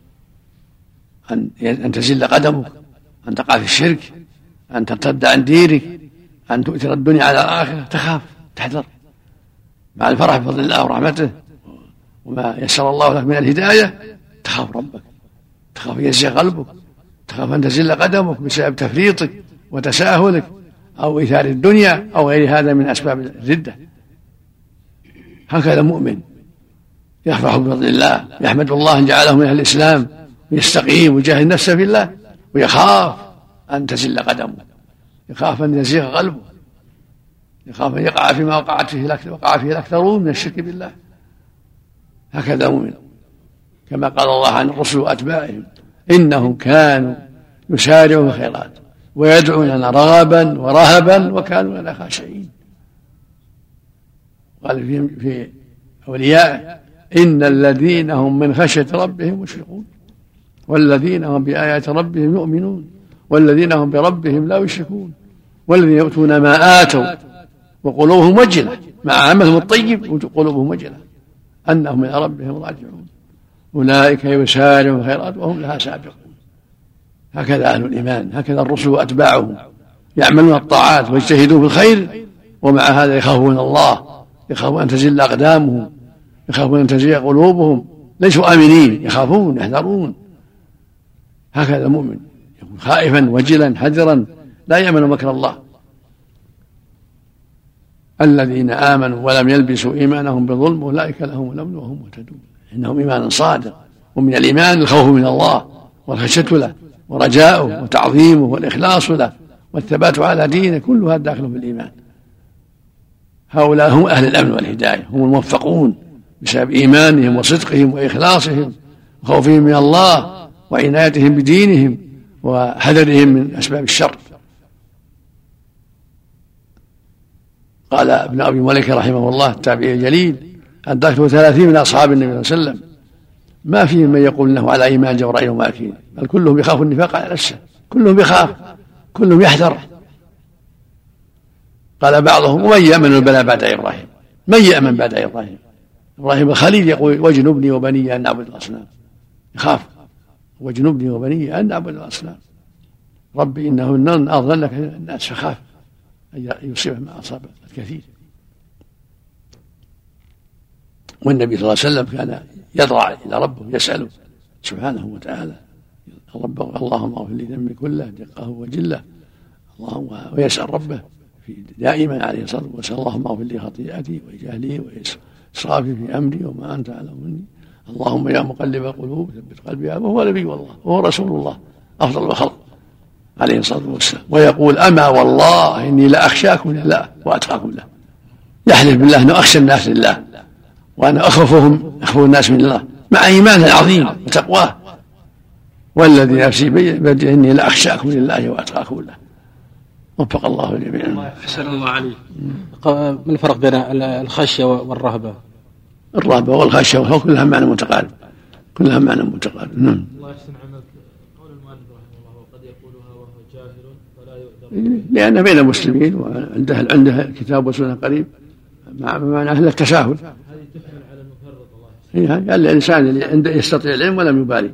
أن تزل قدمك، أن تقع في الشرك، أن ترتد عن دينك، أن تؤثر الدنيا على الآخرة، تخاف تحذر، مع الفرح بفضل الله ورحمته وما يسر الله لك من الهداية. تخاف ربك، تخاف يزيغ قلبك، تخاف أن تزل قدمك بسبب تفريطك وتساهلك أو إيثار الدنيا أو غير هذا من أسباب الردة. هكذا المؤمن يفرح بفضل الله، يحمد الله أن جعله من أهل الإسلام، ويستقيم ويجاهد نفسه في الله، ويخاف أن تزل قدمه، يخاف أن يزيغ قلبه، يخاف أن يقع فيما وقع فيه الأكثرون من الشرك بالله. هكذا المؤمن، كما قال الله عن الرسل وأتباعهم إنهم كانوا يسارعون في الخيرات ويدعوننا رغبا ورهبا وكانوا لنا خاشعين. قال في أوليائه إن الذين هم من خشية ربهم مشفقون والذين هم بآيات ربهم يؤمنون والذين هم بربهم لا يشركون والذين يؤتون ما آتوا وقلوبهم وجلة، مع عملهم الطيب وقلوبهم وجلة أنهم إلى ربهم راجعون أولئك يسارعون في الخيرات وهم لها سابقون. هكذا أهل الإيمان، هكذا الرسل وأتباعهم يعملون الطاعات ويجتهدون في الخير، ومع هذا يخافون الله، يخافون أن تزل أقدامهم، يخافون أن تزيغ قلوبهم، ليسوا آمنين، يخافون يحذرون. هكذا المؤمن يكون خائفا وجلا حذرا لا يأمن مكر الله. الذين آمنوا ولم يلبسوا إيمانهم بظلم أولئك لهم الأمن وهم مهتدون. إنهم إيمان صادق، ومن الإيمان الخوف من الله والخشية له ورجاؤه وتعظيمه والإخلاص له والثبات على دينه، كل هذا داخل في الإيمان. هؤلاء هم أهل الأمن والهداية، هم الموفقون بسبب إيمانهم وصدقهم وإخلاصهم وخوفهم من الله وعنايتهم بدينهم وحذرهم من أسباب الشر. قال ابن أبي مليكة رحمه الله التابعي الجليل أدركته 30 من أصحاب النبي صلى الله عليه وسلم ما فيهم من يقول أنه على إيمان جبرائيل وماكين، بل كلهم يخاف النفاق على نفسه، كلهم يخاف، كلهم يحذر. قال بعضهم ومن يأمن البلاء بعد إبراهيم؟ من يأمن بعد إبراهيم؟ إبراهيم الخليل يقول واجنبني وبني أن نعبد الأصنام، يخاف واجنبني وبني أن نعبد الأصنام، ربي إنهن أضلن الناس، فخاف أن يصيبه ما أصاب الكثير. والنبي صلى الله عليه وسلم كان يضرع إلى ربه يسأله سبحانه وتعالى اللهم اغفر لي ذنبي كله دقه وجله، اللهم، ويسأل ربه في دائما عليه الصلاة والسلام اللهم اغفر لي خطيئتي وجهلي وإسرافي في أمري وما أنت أعلم مني، اللهم يا مقلب القلوب ثبت قلبي، وهو نبي الله وهو رسول الله أفضل الخلق عليه الصلاة والسلام. ويقول أما والله إني لأخشاكم لله وأتقاكم له، يحلف بالله أنه أخشى الناس لله وأنا أخوف الناس من الله مع إيمانه العظيم وتقواه، والذي نفسي بيده إني لأخشاكم لله وأتقاكم له. وفق الله جميعا. أحسن الله عليك. ما الفرق بين الخشية والرهبة؟ الرهبة والخشية والخوف كلها معنى متقارب، كلها معنى متقارب. نعم. الله يحسن عنك. قول المؤلف رحمه الله وقد يقولها وهو جاهل فلا يؤذر، لأن بين المسلمين وعنده كتاب وسنة قريب مع أهل التساهل. هذه تحمل على المفرط. الله يحسن. قال الإنسان اللي عنده يستطيع العلم ولم يبالي.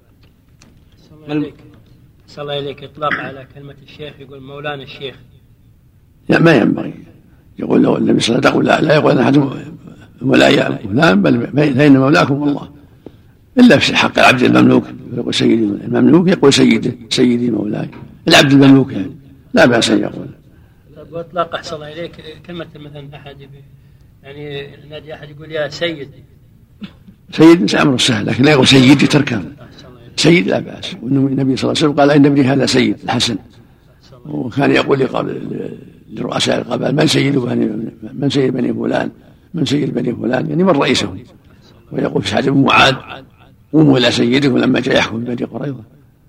صلى الله عليك إطلاق على كلمة الشيخ، يقول مولانا الشيخ، ما ينبغي يقول له النبي صلى الله عليه وسلم لا يقول أحد ولا فلان بل فإن مولاكم الله، إلا في حق العبد المملوك يقول سيدي المملوك، يقول سيدي مولاي، العبد المملوك يعني لا بأس أن يقول. وإطلاق أحسن الله إليك كلمة مثلا أحد يعني نادي أحد يقول يا سيد، سيد أمر سهل، لكن لا يقول سيدي تركه، سيد لا بأس. والنبي صلى الله عليه وسلم قال إن ابني هذا سيد الحسن، وكان يقول لرؤساء القبائل من سيد بني فلان، من سيد بني فلان، يعني من رئيسهم. ويقول في سعد بن معاذ قوموا إلى سيدكم لما جاء يحكم بني قريظة،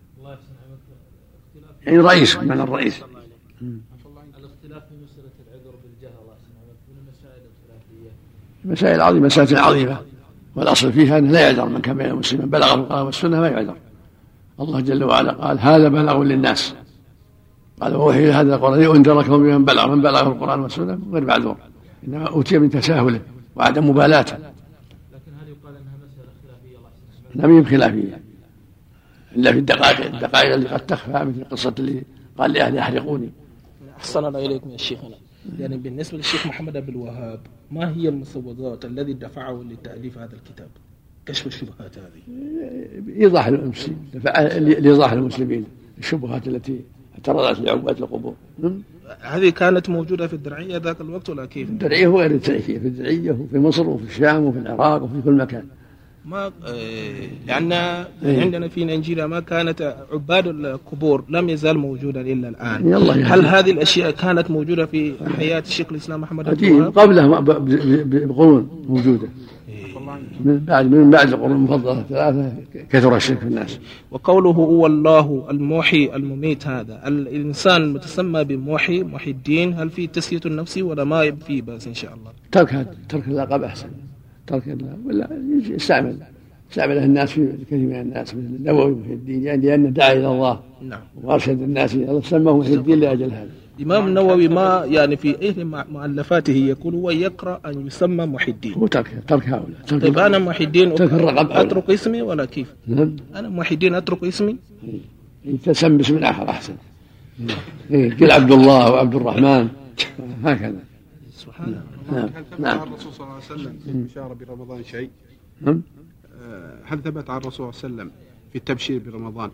يعني رئيس من الرئيس. الاختلاف في مسألة العذر بالجهل من المسائل الخلافية، مسائل عظيمة، مسائل عظيمة، والأصل فيها أنه لا يعذر من كان بين المسلمين بلغ القرآن والسنة ما يعذر. الله جل وعلا قال هذا بلاغ للناس، قال ووحي هذا القرآن لأنذركم بمن بلغ، من بلغ القرآن والسنة غير معذور، إنما أوتي من تساهله وعدم مبالاته. لكن هل يقال أنها مسألة خلافية؟ الله لم يكن خلافية إلا في الدقائق اللي قد تخفى، مثل قصة اللي قال لأهل يحرقوني. أحسن الله إليكم يا شيخنا. يعني بالنسبة للشيخ محمد عبد الوهاب، ما هي المسوغات الذي دفعه لتأليف هذا الكتاب؟ كشف الشبهات هذه. إيضاح المسلمين، لإيضاح المسلمين الشبهات التي اعترضت لعباد القبور. هذه كانت موجودة في الدرعية ذاك الوقت ولا كيف؟ الدرعية وغير الدرعية، في الدرعية وفي مصر وفي الشام وفي العراق وفي كل مكان. ما لأن عندنا في نيجيريا ما كانت عباد القبور لم يزال موجودا إلا الآن. هل هذه الأشياء كانت موجودة في حياة الشيخ الإسلام محمد عبد الوهاب؟ قبله بقرون موجودة، من بعد القرون المفضلة الثلاثة كثر الشرك في الناس. وقوله هو الله المحيي المميت، هذا الإنسان المتسمى بمحيي محي الدين، هل فيه تسلية النفس ولا ما فيه بس إن شاء الله؟ ترك اللقب أحسن، ترك الله ولا استعمله الناس في كثير من الناس مثل النووي محي الدين، يعني لأنه دعا إلى الله وأرشد الناس إلى الله سماه محي الدين لأجل هذا. الإمام النووي ما يعني في أي مؤلفاته يقول هو يقرأ أن يسمى محي الدين. هو ترك هؤلاء. طيب أنا محي الدين أترك اسمي ولا كيف؟ أنا محي الدين أترك اسمي؟ تسمى باسم آخر أحسن. قل عبد الله وعبد الرحمن هكذا. سبحان الله. نعم. هل الرسول صلى الله عليه وسلم في البشارة برمضان شيء؟ هل ثبت عن الرسول صلى الله عليه وسلم في التبشير برمضان؟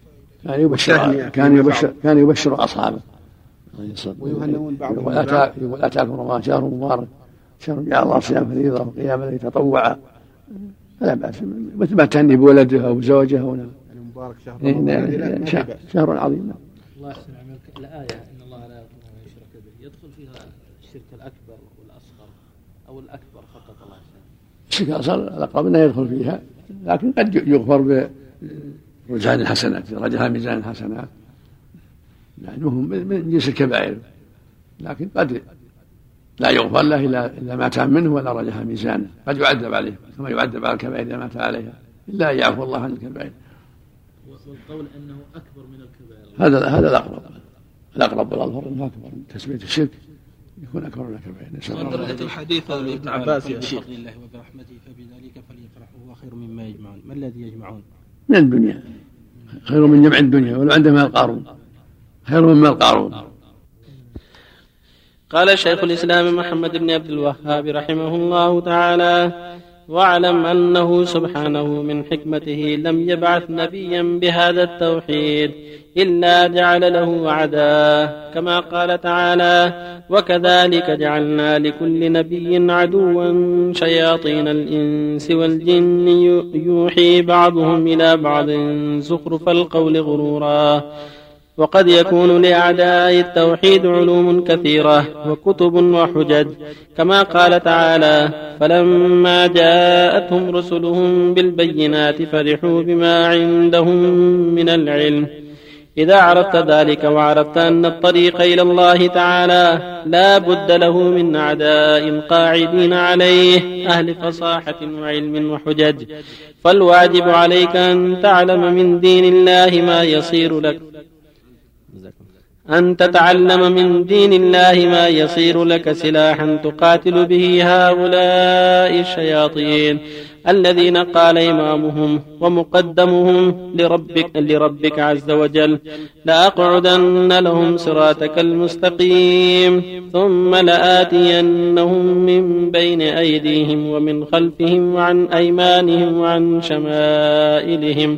كان يبشر أصحابه ويهنون بعضهم يقول أتاكم رمضان شهر مبارك، شهر جعل الله صيام فريضة وقيام الليل تطوعا، فلا بأس مثل ما تهني بولدها وزوجها هنا. المبارك شهر عظيم. الله يحسن عملك. الآية إن الله لا يغفر أن يشرك به، يدخل فيها الشرك الأكبر والأصغر أو الأكبر فقط؟ الله يحسن. الشرك الأصغر الأقرب أنه يدخل فيها، لكن قد يغفر برجحان الحسنات، رجحان ميزان الحسنات، لأنهم من جنس الكبائر، لكن قد لا يغفر له إلا ما تاب منه ولا رجح ميزانه، قد يعذب عليه كما يعذب على الكبائر إذا مات عليها، إلا أن يعفو الله عن الكبائر. والقول أنه أكبر من الكبائر هذا الأقرب والأظهر أنه أكبر من تسمية الشرك، يكون أكبر من الكبائر. درجة الحديث ابن عباس يا شيخ. بفضل الله وبرحمته فبذلك فليفرحوا هو خير مما يجمعون. ما الذي يجمعون؟ من الدنيا، خير من جمع الدنيا، ولو عنده مال قارون خير من مال قارون. قال شيخ الإسلام محمد بن عبد الوهاب رحمه الله تعالى: واعلم أنه سبحانه من حكمته لم يبعث نبيا بهذا التوحيد إلا جعل له أعداء، كما قال تعالى: وكذلك جعلنا لكل نبي عدوا شياطين الإنس والجن يوحي بعضهم إلى بعض زخرف القول غرورا. وقد يكون لأعداء التوحيد علوم كثيرة وكتب وحجج، كما قال تعالى: فلما جاءتهم رسلهم بالبينات فرحوا بما عندهم من العلم. إذا عرفت ذلك وعرفت أن الطريق إلى الله تعالى لا بد له من أعداء قاعدين عليه أهل فصاحة وعلم وحجج، فالواجب عليك أن تعلم من دين الله ما يصير لك، أن تتعلم من دين الله ما يصير لك سلاحا تقاتل به هؤلاء الشياطين الذين قال إمامهم ومقدمهم لربك عز وجل: لأقعدن لهم صراطك المستقيم ثم لآتينهم من بين أيديهم ومن خلفهم وعن أيمانهم وعن شمائلهم.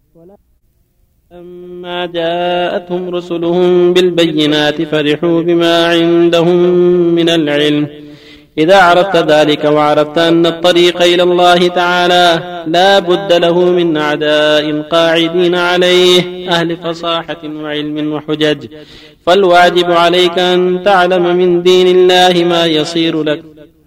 لما جاءتهم رسلهم بالبينات فرحوا بما عندهم من العلم. إذا عرفت ذلك وعرفت أن الطريق إلى الله تعالى لا بد له من أعداء قاعدين عليه أهل فصاحة وعلم وحجج، فالواجب عليك أن تعلم من دين الله ما يصير لك،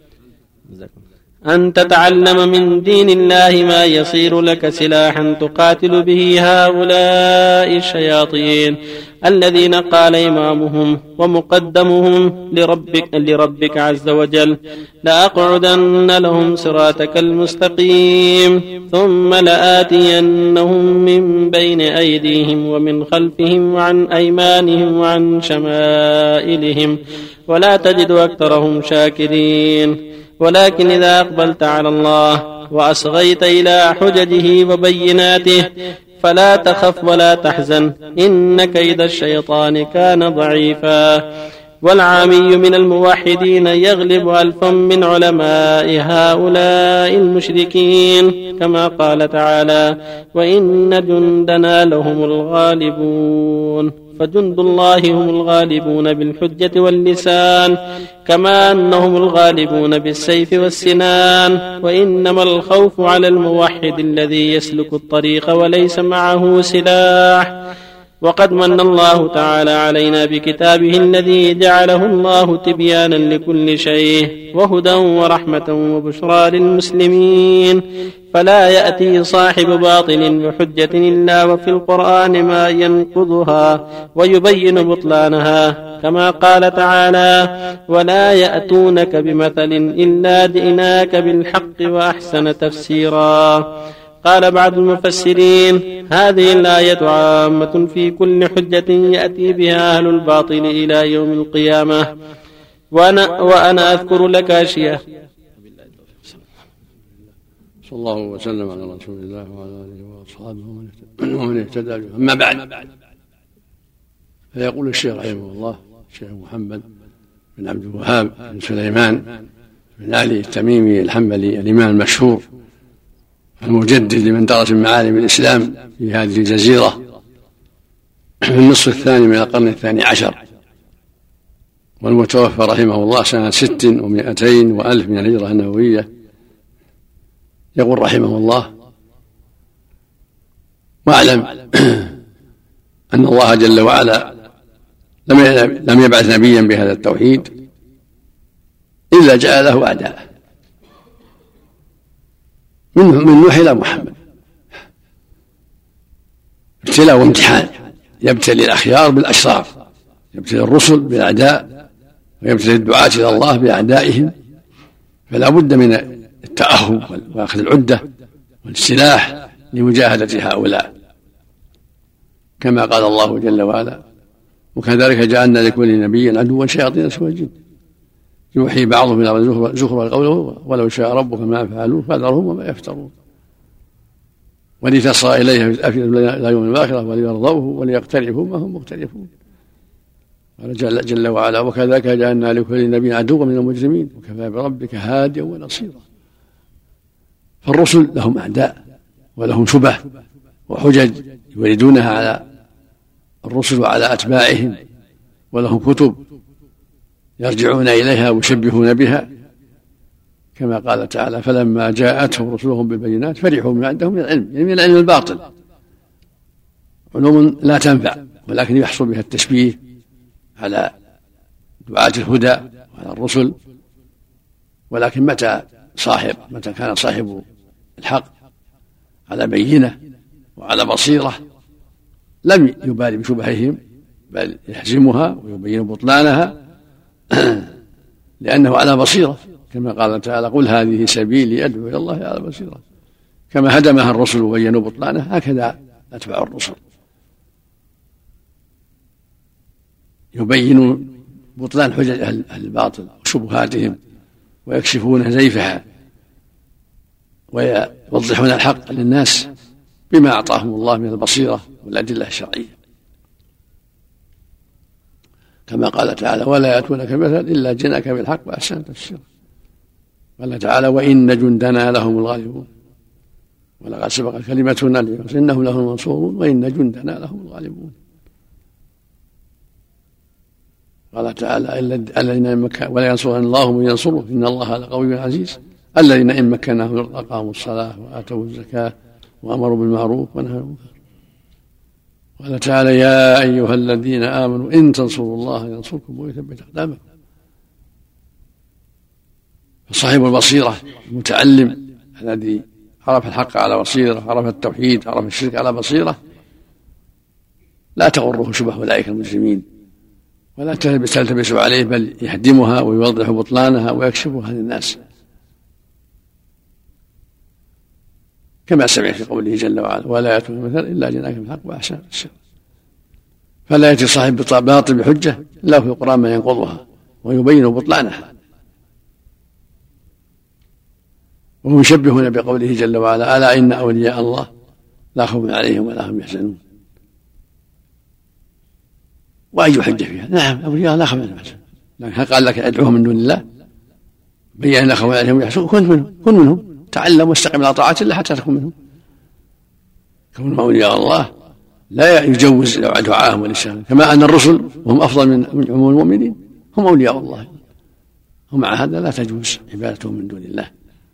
أن تتعلم من دين الله ما يصير لك سلاحا تقاتل به هؤلاء الشياطين الذين قال إمامهم ومقدمهم لربك عز وجل: لأقعدن لهم صراطك المستقيم ثم لآتينهم من بين أيديهم ومن خلفهم وعن أيمانهم وعن شمائلهم ولا تجد أكثرهم شاكرين. ولكن إذا أقبلت على الله وأصغيت إلى حججه وبيناته فلا تخف ولا تحزن، إن كيد الشيطان كان ضعيفا. والعامي من الموحدين يغلب ألفا من علماء هؤلاء المشركين، كما قال تعالى: وإن جندنا لهم الغالبون. فجند الله هم الغالبون بالحجة واللسان، كما أنهم الغالبون بالسيف والسنان. وإنما الخوف على الموحد الذي يسلك الطريق وليس معه سلاح. وقد من الله تعالى علينا بكتابه الذي جعله الله تبيانا لكل شيء وهدى ورحمة وبشرى للمسلمين، فلا يأتي صاحب باطل بحجة إلا وفي القرآن ما ينقضها ويبين بطلانها، كما قال تعالى: ولا يأتونك بمثل إلا جئناك بالحق وأحسن تفسيرا. قال بعض المفسرين: هذه الآية عامة في كل حجة يأتي بها أهل الباطل إلى يوم القيامة. وأنا أذكر لك أشياء. صلى الله وسلم على رسول الله وعلى آله وأصحابه ومن اهتدى به. أما بعد، فيقول الشيخ رحمه الله الشيخ محمد بن عبد الوهاب بن سليمان بن علي التميمي الحنبلي الإمام المشهور المجدد لمن درس معالم الإسلام في هذه الجزيرة في النصف الثاني من القرن الثاني عشر، والمتوفى رحمه الله سنة 600 وألف من الهجرة النبوية. يقول رحمه الله: واعلم أن الله جل وعلا لم يبعث نبيا بهذا التوحيد إلا جعل له أعداء، من نوح إلى محمد. ابتلاء وامتحان، يبتلي الأخيار بالأشرار، يبتلي الرسل بالأعداء، ويبتلي الدعاة إلى الله بأعدائهم. فلا بد من التأهب وأخذ العدة والسلاح لمجاهدة هؤلاء، كما قال الله جل وعلا: وكذلك جعلنا لكل نبي عدوا شياطين الإنس والجن يوحي بعضهم إلى بعض زخرف القول ولو شاء ربك ما فعلوه فذرهم وما يفترون ولتصغى إليه الأفئدة إلى يوم الآخرة وليرضوه وليقترفوا ما هم مقترفون. قال جل وعلا: وكذلك جعلنا لكل نبي عدوا من المجرمين وكفى بربك هاديا ونصيرا. فالرسل لهم أعداء ولهم شبه وحجج يوردونها على الرسل وعلى أتباعهم، ولهم كتب يرجعون إليها ويشبهون بها، كما قال تعالى: فلما جاءتهم رسلهم بالبينات فرحوا بما عندهم من العلم، يعني من العلم الباطل، علوم لا تنفع ولكن يحصل بها التشبيه على دعاة الهدى وعلى الرسل. ولكن متى كان صاحب الحق على بينة وعلى بصيرة لم يبالي بشبههم، بل يهزمها ويبين بطلانها لأنه على بصيرة، كما قال تعالى: قل هذه سبيلي أدعو إلى الله على بصيرة. كما هدمها الرسل وبينوا بطلانها هكذا أتباع الرسل يبينون بطلان حجج أهل الباطل وشبهاتهم ويكشفون زيفها ويوضحون الحق للناس بما أعطاهم الله من البصيرة والأدلة الشرعية، كما قال تعالى: ولا يأتونك مثل إلا جئناك بالحق وأحسن تفسيرا. قال تعالى: وإن جندنا لهم الغالبون ولقد سبقت كلمتنا إنهم لهم المنصورون وإن جندنا لهم الغالبون. قال تعالى: الذين إن مكناهم ولا ينصرن الله من ينصره إن الله لقوي عزيز الذين إن مكناهم أقاموا الصلاة وآتوا الزكاة وأمروا بالمعروف ونهوا عن المنكر. قال تعالى: يا أيها الذين آمنوا إن تنصروا الله ينصركم ويثبت أقدامكم. فصاحب البصيرة المتعلم الذي عرف الحق على بصيرة، عرف التوحيد، عرف الشرك على بصيرة، لا تغره شبه أولئك المجرمين ولا تلتبس عليه، بل يهدمها ويوضح بطلانها ويكشفها للناس، كما سمع في قوله جل وعلا: ولا يأتون مثل إلا جئناك بالحق وأحسن تفسيرا. فلا يأتي صاحب باطل بحجة إلا في القرآن ما ينقضها ويبين بطلانها. وهم يشبهون بقوله جل وعلا: ألا إن أولياء الله لا خوف عليهم ولا هم يحزنون. وأي حجة فيها؟ نعم، أولياء لا خوف عليهم، لكن قال لك ادعوهم من دون الله، بين لا خوف عليهم يحزنون، كن منهم، تعلم واستقم على طاعة الله حتى تكون منهم. كونهم أولياء الله لا يجوز دعاءهم والإسلام، كما أن الرسل وهم أفضل من عموم المؤمنين هم أولياء الله، ومع هذا لا تجوز عبادتهم من دون الله.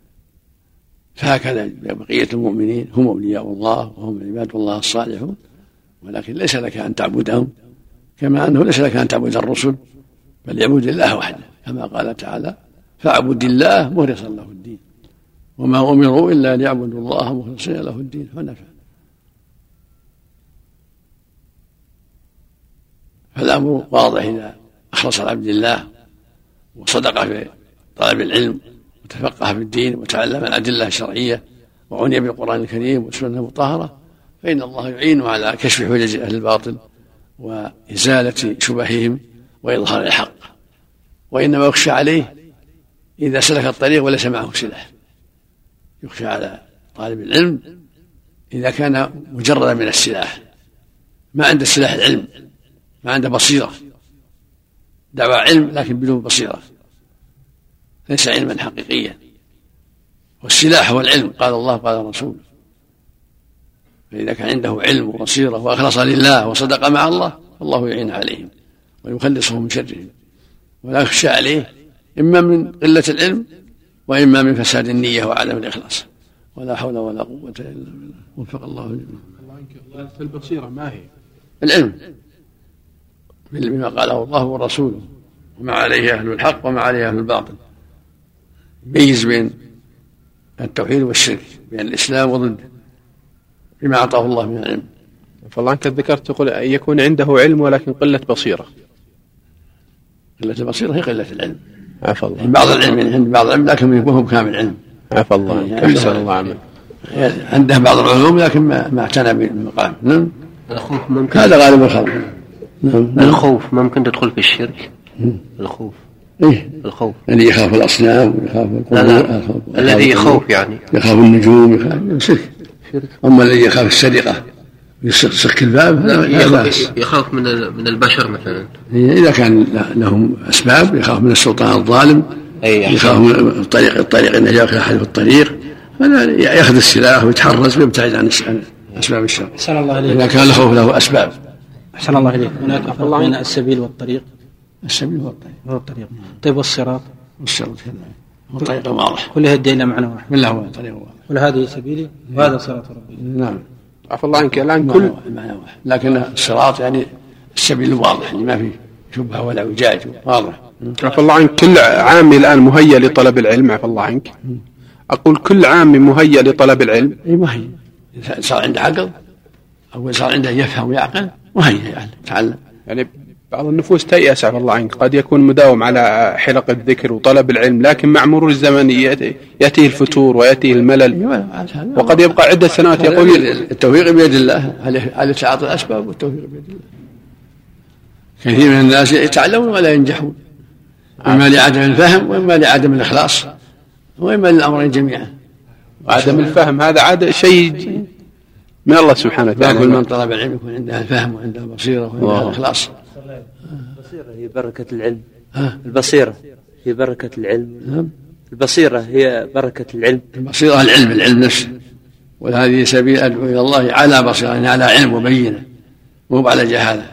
فهكذا بقية المؤمنين هم أولياء الله وهم عباد الله الصالحون، ولكن ليس لك أن تعبدهم كما أنه ليس لك أن تعبد الرسل، بل يعبد الله وحده، كما قال تعالى: فاعبد الله مخلصا له الدين وما أمروا إلا ليعبدوا الله مخلصين له الدين حنفاء. فالأمر واضح إذا أخلص العبد الله وصدق في طلب العلم وتفقه في الدين وتعلم الأدلة الشرعية وعني بالقرآن الكريم والسنة المطهرة، فإن الله يعينه على كشف حجج أهل الباطل وإزالة شبههم وإظهار الحق. وإنما يخشى عليه إذا سلك الطريق وليس معه سلاح، يخشى على طالب العلم إذا كان مجردا من السلاح، ما عنده سلاح العلم، ما عنده بصيرة، دعوى علم لكن بدون بصيرة، ليس علما حقيقيا. والسلاح هو العلم، قال الله قال الرسول. فإذا كان عنده علم وبصيرة وأخلص لله وصدق مع الله، الله يعين عليهم ويخلصهم من شرهم، ولا يخشى عليه إما من قلة العلم وإما من فساد النية وعدم الإخلاص. ولا حول ولا قوة إلا بالله. وفق الله جميعا. في البصيرة ما هي؟ العلم بما قاله الله ورسوله، وما عليه أهل الحق وما عليه أهل الباطل، يميز بين التوحيد والشرك، بين الإسلام وضده بما أعطاه الله من العلم. فالله أنت ذكرت تقول أن يكون عنده علم ولكن قلة بصيرة. قلة البصيرة هي قلة العلم. عفى الله. بعض العلم عند بعض العلم لكن ما هو كامل علم. عفى الله. أحسن الله عنك. عنده بعض العلوم لكن ما اعتنى بالمقام. نعم. الخوف ممكن. هذا غالب الخوف. نعم. الخوف ممكن تدخل في الشرك. الخوف. إيه. الخوف. يعني يخاف الأصنام ويخاف القبور. لا. الذي يخوف يعني. يخاف النجوم، يخاف شرك. أما الذي يخاف السرقة يسك الباب يخاف من البشر مثلا. إذا كان لهم أسباب، يخاف من السلطان الظالم، يخاف من الطريق النجاة أحد في الطريق، فلا يأخذ السلاح ويتحرز ويبتعد عن أسباب الشر. أحسن الله إليك. إذا كان الخوف له أسباب. أحسن الله إليك. هناك فرق بين السبيل والطريق. السبيل والطريق. طيب والصراط. والصراط كذلك. والطريق واضح. كلها الدين إلى معنى واحد. كلها هو الطريق واضح. كل هذه سبيلي وهذا صراط ربي. نعم. عفى الله عنك الآن كل معنى واحد. لكن الصراط يعني السبيل واضح اللي ما فيه شبهة ولا وجاج واضح. عفى الله عنك كل عامي الآن مهيأ لطلب العلم. عفى الله عنك. أقول كل عامي مهيأ لطلب العلم. أي مهيأ. صار عنده عقل أو صار عنده يفهم ويعقل مهيأ يعني تعلم. يعني بعض النفوس تيأس عفى الله عنك، قد يكون مداوم على حلق الذكر وطلب العلم، لكن مع مرور الزمن يأتيه الفتور ويأتيه الملل، وقد يبقى عدة سنوات يقول التوفيق بيد الله. هل تعاطى الأسباب والتوفيق بيد الله. كثير من الناس يتعلمون ولا ينجحون، إما لعدم الفهم وإما لعدم الإخلاص وإما للأمرين جميعا. عدم الفهم هذا عاد شيء من الله سبحانه وتعالى. كل من طلب العلم يكون عنده الفهم وعنده البصيرة وعنده الإخلاص. البصيرة هي بركة العلم. البصيرة هي بركة العلم. البصيرة هي بركة العلم. البصيرة العلم نفسه، وهذه سبيل أدعو إلى الله على بصيرة، يعني على علم وبينة مو على جهالة.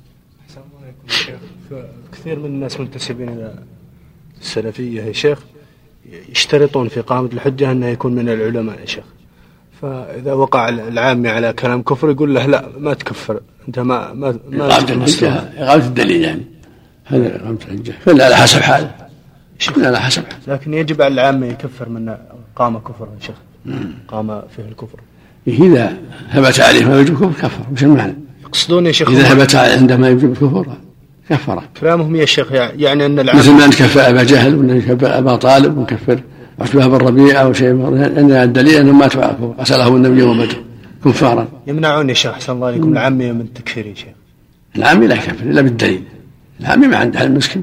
كثير من الناس منتسبين إلى السلفية يا شيخ يشترطون في إقامة الحجة أنه يكون من العلماء يا شيخ، فإذا وقع العامي على كلام كفر يقول له لا ما تكفر أنت ما إقامة الدليل يعني هذا إقامة الحجة كلها على حسب حاله. على حسب حاله. لكن يجب على العامي يكفر من قام كفر يا شيخ. قام فيه الكفر إذا ثبت عليه ما يوجب كفر كفر. وش المعنى؟ يقصدون يا شيخ إذا ثبت عندما يوجب الكفر كفره. كلامهم يا شيخ يعني أن العامي مثل ما نكفر أبا جهل ونكفر أبا طالب ونكفر عتبة بن ربيعة أو شيء، أن الدليل أنهم ماتوا على الكفر قتله النبي وبدر كفارا. يمنعون يا شيخ أحسن الله عليكم العامي من التكفير يا شيخ. العامي لا يكفر إلا بالدليل. العامي ما عنده علم مسكين،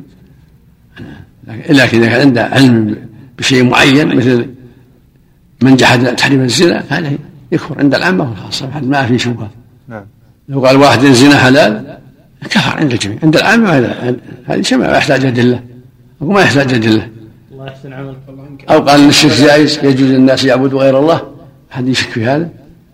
لكن إذا كان عنده علم بشيء معين مثل من جحد تحريم الزنا هذا يكفر عند العامة والخاصة ما في شبهة. نعم. لو قال واحد الزنا حلال كفر عند الجميع. عند العامة هذه شيء ما يحتاج أدلة وما يحتاج أدلة. الله يحسن عملك. أو قال أن الشرك جائز يجوز الناس يعبدوا غير الله، أحد يشك في هذا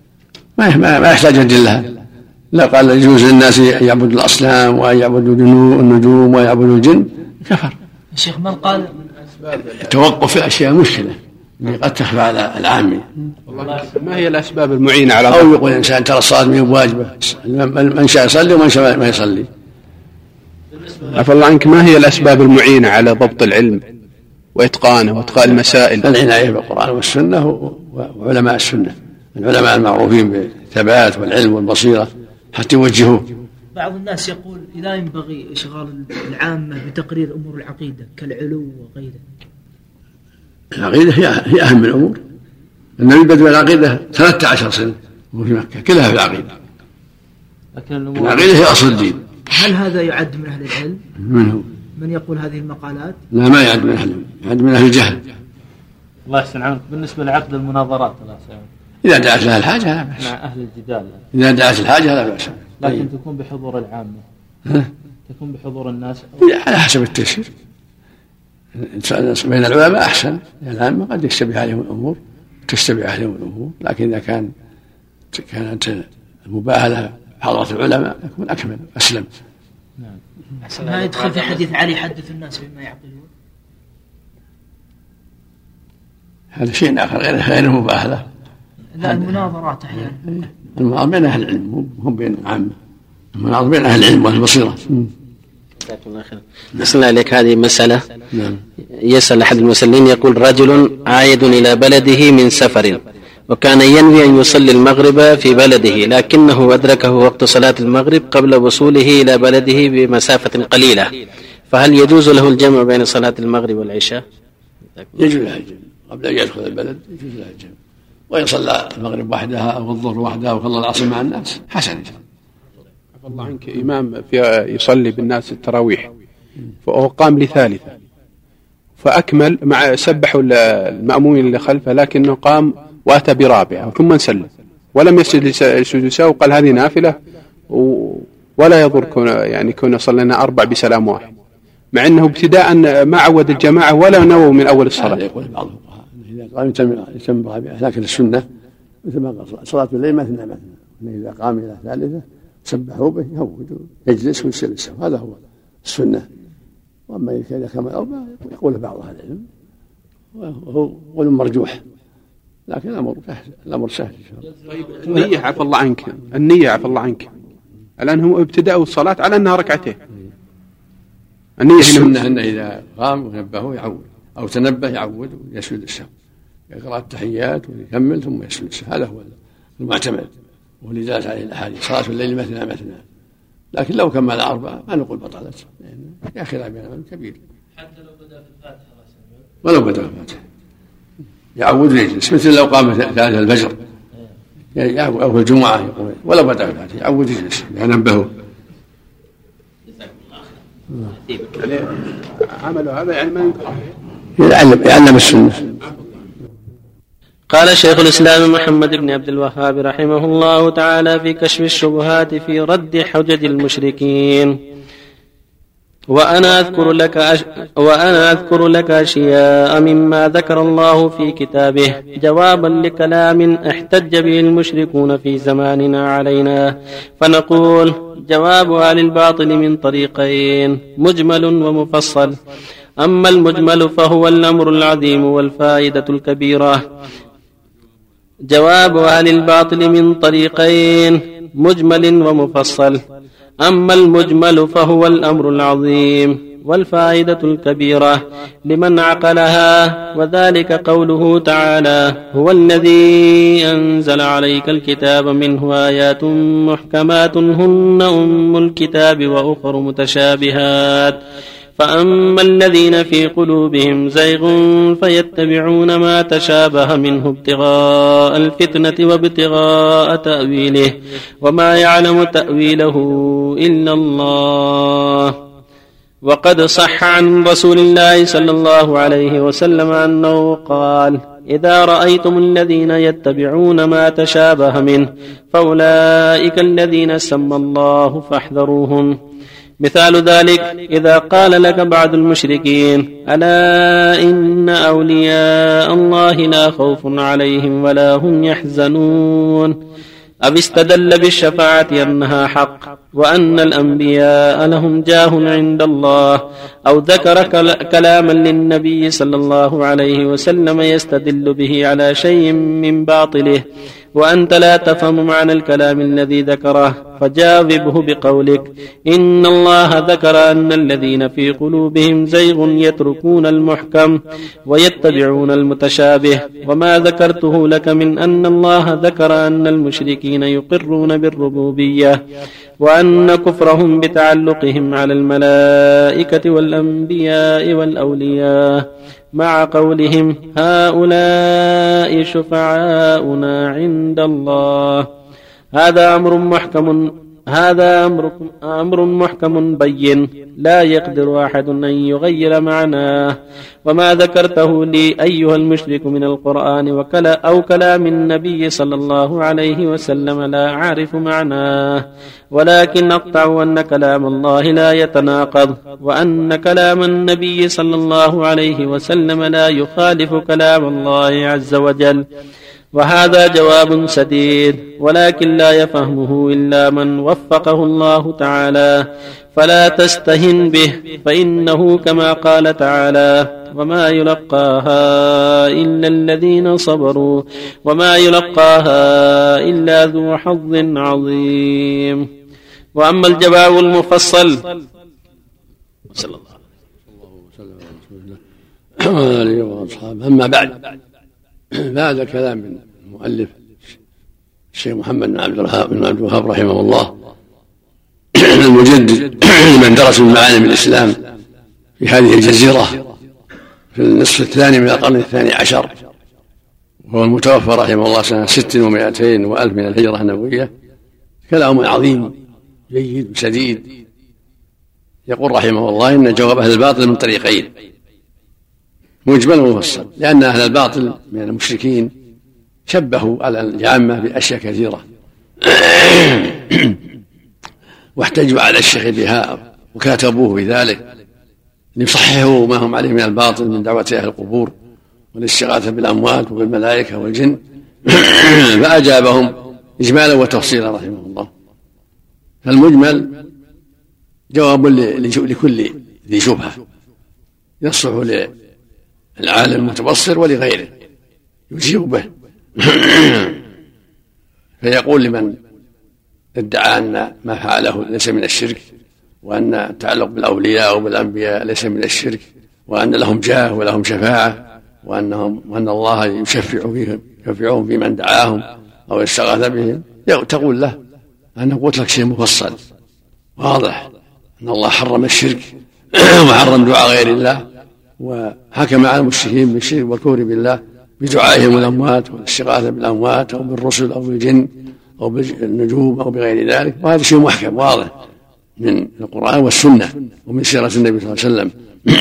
ما يحتاج أدلة. لا قال يجوز للناس أن يعبدوا الأصنام وأن يعبدوا النجوم ويعبدوا الجن كفر. الشيخ من قال التوقف في أشياء مشكلة اللي قد تخفى على العامي. ما هي الأسباب المعينة على أو يقول الإنسان ترى الصلاة مي بواجبة، من شاء يصلي ومن شاء ما يصلي. عفى الله عنك ما هي الأسباب المعينة على ضبط العلم وإتقانه وإتقان المسائل؟ العناية بالقرآن والسنة وعلماء السنة، العلماء المعروفين بالثبات والعلم والبصيرة حتى يوجهوه. بعض الناس يقول لا ينبغي إشغال العامة بتقرير أمور العقيدة كالعلو وغيره. العقيدة هي أهم الأمور. النبي بدأ العقيدة 13 سنة وفي مكة كلها في العقيدة. العقيدة هي أصل الدين. هل هذا يعد من أهل العلم؟ من هو؟ من يقول هذه المقالات؟ لا ما يعد من أهل العلم، يعد من أهل الجهل. الله يحسن عنك. بالنسبة لعقد المناظرات إذا دعت لها الحاجة لا بأس. مع أهل الجدال إذا دعت الحاجة لا بأس. لكن تكون بحضور العامة. تكون بحضور الناس على حسب التيسير. بين العلماء أحسن، العامة قد يشتبه عليهم الأمور تشتبه عليهم الأمور، لكن إذا كانت المباهلة حضرة العلماء يكون أكمل أسلم. نعم. ما يدخل في حديث علي حدث الناس بما يعقلون. هذا شيء آخر غير المباهلة. لا المناظرات أحيانا. المناظرة بين أهل العلم هم بين العامة. المناظرة بين أهل العلم والبصيرة. نصلنا إليك هذه مسألة. نعم. يسأل أحد المسلمين يقول رجل عائد إلى بلده من سفر وكان ينوي أن يصلي المغرب في بلده، لكنه أدركه وقت صلاة المغرب قبل وصوله إلى بلده بمسافة قليلة، فهل يجوز له الجمع بين صلاة المغرب والعشاء؟ يجوز له الجمع قبل أن يدخل البلد، يجوز له الجمع، وإن صلى المغرب وحدها أو الظهر وحدها أو صلى العصر مع الناس حسن. الله عنك إمام يصلي بالناس التراويح فهو قام لثالثة فأكمل مع سبحوا المأمومين اللي خلفه، لكنه قام وأتى برابعة ثم سلم ولم يسجد لسجود سهو وقال هذه نافلة ولا يضر كون صلينا 4 بسلام واحد، مع أنه ابتداء ما عود الجماعة ولا نووا من أول الصلاة. يقول بعض الفقهاء إذا قام يتم رابعة، لكن السنة مثل ما قال صلاة الليل مثنى مثنى، إذا قام إلى ثالثة سبحوا به يهود يجلس ويسير السهو، هذا هو السنة. وأما إذا كان أربع يقول بعض أهل العلم وهو قول مرجوح، لكن الأمر سهل إن شاء الله. طيب النية عفى الله عنك، النية عفى الله عنك، الآن هم ابتدأوا الصلاة على أنها ركعتين. النية السنة أنه إذا قام ونبهه يعود، أو تنبه يعود ويسجد السهو، يقرأ التحيات ويكمل ثم يسجد السهو، هذا هو المعتمد واللي دلت عليه الأحاديث. صلاة الليل مثنى مثنى، لكن لو كمل أربعة ما نقول بطلت، يا خلاف بين العلماء كبير. حتى لو بدأ في الفاتحة ولو بدأ في الفاتحة يعود ويجلس، مثل لو قام ثالث الفجر أو في الجمعة يقول ولو بدأ في الفاتحة يعود يجلس ينبهه. عملوا هذا يعني ما ينكر يعلم السنة. قال شيخ الإسلام محمد بن عبد الوهاب رحمه الله تعالى في كشف الشبهات في رد حجج المشركين: وأنا أذكر لك أشياء مما ذكر الله في كتابه جوابا لكلام احتج به المشركون في زماننا علينا، فنقول: جواب أهل الباطل من طريقين: مجمل ومفصل. أما المجمل فهو الأمر العظيم والفائدة الكبيرة. جواب أهل الباطل من طريقين: مجمل ومفصل. أما المجمل فهو الأمر العظيم والفائدة الكبيرة لمن عقلها، وذلك قوله تعالى: هو الذي أنزل عليك الكتاب منه آيات محكمات هن أم الكتاب وأخر متشابهات، فأما الذين في قلوبهم زيغ فيتبعون ما تشابه منه ابتغاء الفتنة وابتغاء تأويله وما يعلم تأويله إلا الله. وقد صح عن رسول الله صلى الله عليه وسلم أنه قال: إذا رأيتم الذين يتبعون ما تشابه منه فأولئك الذين سمى الله فاحذروهم. مثال ذلك إذا قال لك بعض المشركين: ألا إن أولياء الله لا خوف عليهم ولا هم يحزنون، أو استدل بالشفاعة أنها حق وأن الأنبياء لهم جاه عند الله، أو ذكر كلاما للنبي صلى الله عليه وسلم يستدل به على شيء من باطله وأنت لا تفهم معنى الكلام الذي ذكره، فجاوبه بقولك: إن الله ذكر أن الذين في قلوبهم زيغ يتركون المحكم ويتبعون المتشابه، وما ذكرته لك من أن الله ذكر أن المشركين يقرون بالربوبية وأن كفرهم بتعلقهم على الملائكة والأنبياء والأولياء، مع قولهم: هؤلاء شفعاؤنا عند الله. هذا أمر محكم بين لا يقدر أحد أن يغير معناه. وما ذكرته لي أيها المشرك من القرآن أو كلام النبي صلى الله عليه وسلم لا أعرف معناه، ولكن أقطع أن كلام الله لا يتناقض، وأن كلام النبي صلى الله عليه وسلم لا يخالف كلام الله عز وجل. وهذا جواب سديد، ولكن لا يفهمه إلا من وفقه الله تعالى، فلا تستهن به، فإنه كما قال تعالى: وما يلقاها إلا الذين صبروا وما يلقاها إلا ذو حظ عظيم. وأما الجواب المفصل صلى الله عليه وسلم. أما بعد كلام من المؤلف الشيخ محمد بن عبد الوهاب رحمه الله المجدد من درس من معالم الإسلام في هذه الجزيرة في النصف الثاني من القرن الثاني عشر، وهو المتوفى رحمه الله سنة 600 وألف من الهجرة النبوية، كلام عظيم جيد وسديد. يقول رحمه الله: إن جواب أهل الباطل من طريقين: مجمل ومفصل، لأن أهل الباطل من المشركين شبهوا على العامة بأشياء كثيرة واحتجوا على الشيخ بها وكاتبوه بذلك ليصححوا ما هم عليه من الباطل من دعوة أهل القبور والاستغاثة بالأموات وبالملائكة والجن فأجابهم إجمالا وتفصيلا رحمه الله. فالمجمل جواب لكل ذي شبهة يصلح للعالم المتبصر ولغيره يجيب به. فيقول لمن ادعى أن ما فعله ليس من الشرك، وأن التعلق بالأولياء وبالأنبياء ليس من الشرك، وأن لهم جاه ولهم شفاعة، وأن الله يشفعهم في من دعاهم أو استغاث بهم، تقول له أنا قلت لك شيء مفصل واضح أن الله حرم الشرك وحرم دعاء غير الله، وحكم على المشركين بالشرك والكفر بالله بدعائهم الأموات والاستغاثة بالأموات أو بالرسل أو بالجن أو بالنجوم أو بغير ذلك، وهذا شيء محكم واضح من القرآن والسنة ومن سيرة النبي صلى الله عليه وسلم.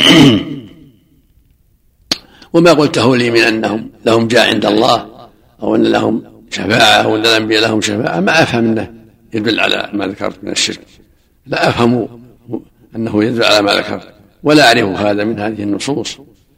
وما قلته لي من أنهم لهم جاء عند الله أو أن لهم شفاعة أو أن الأنبياء لهم شفاعة ما أفهم أنه يدل على ما ذكرت من الشرك، لا أفهم أنه يدل على ما ذكرت، ولا أعرف هذا من هذه النصوص.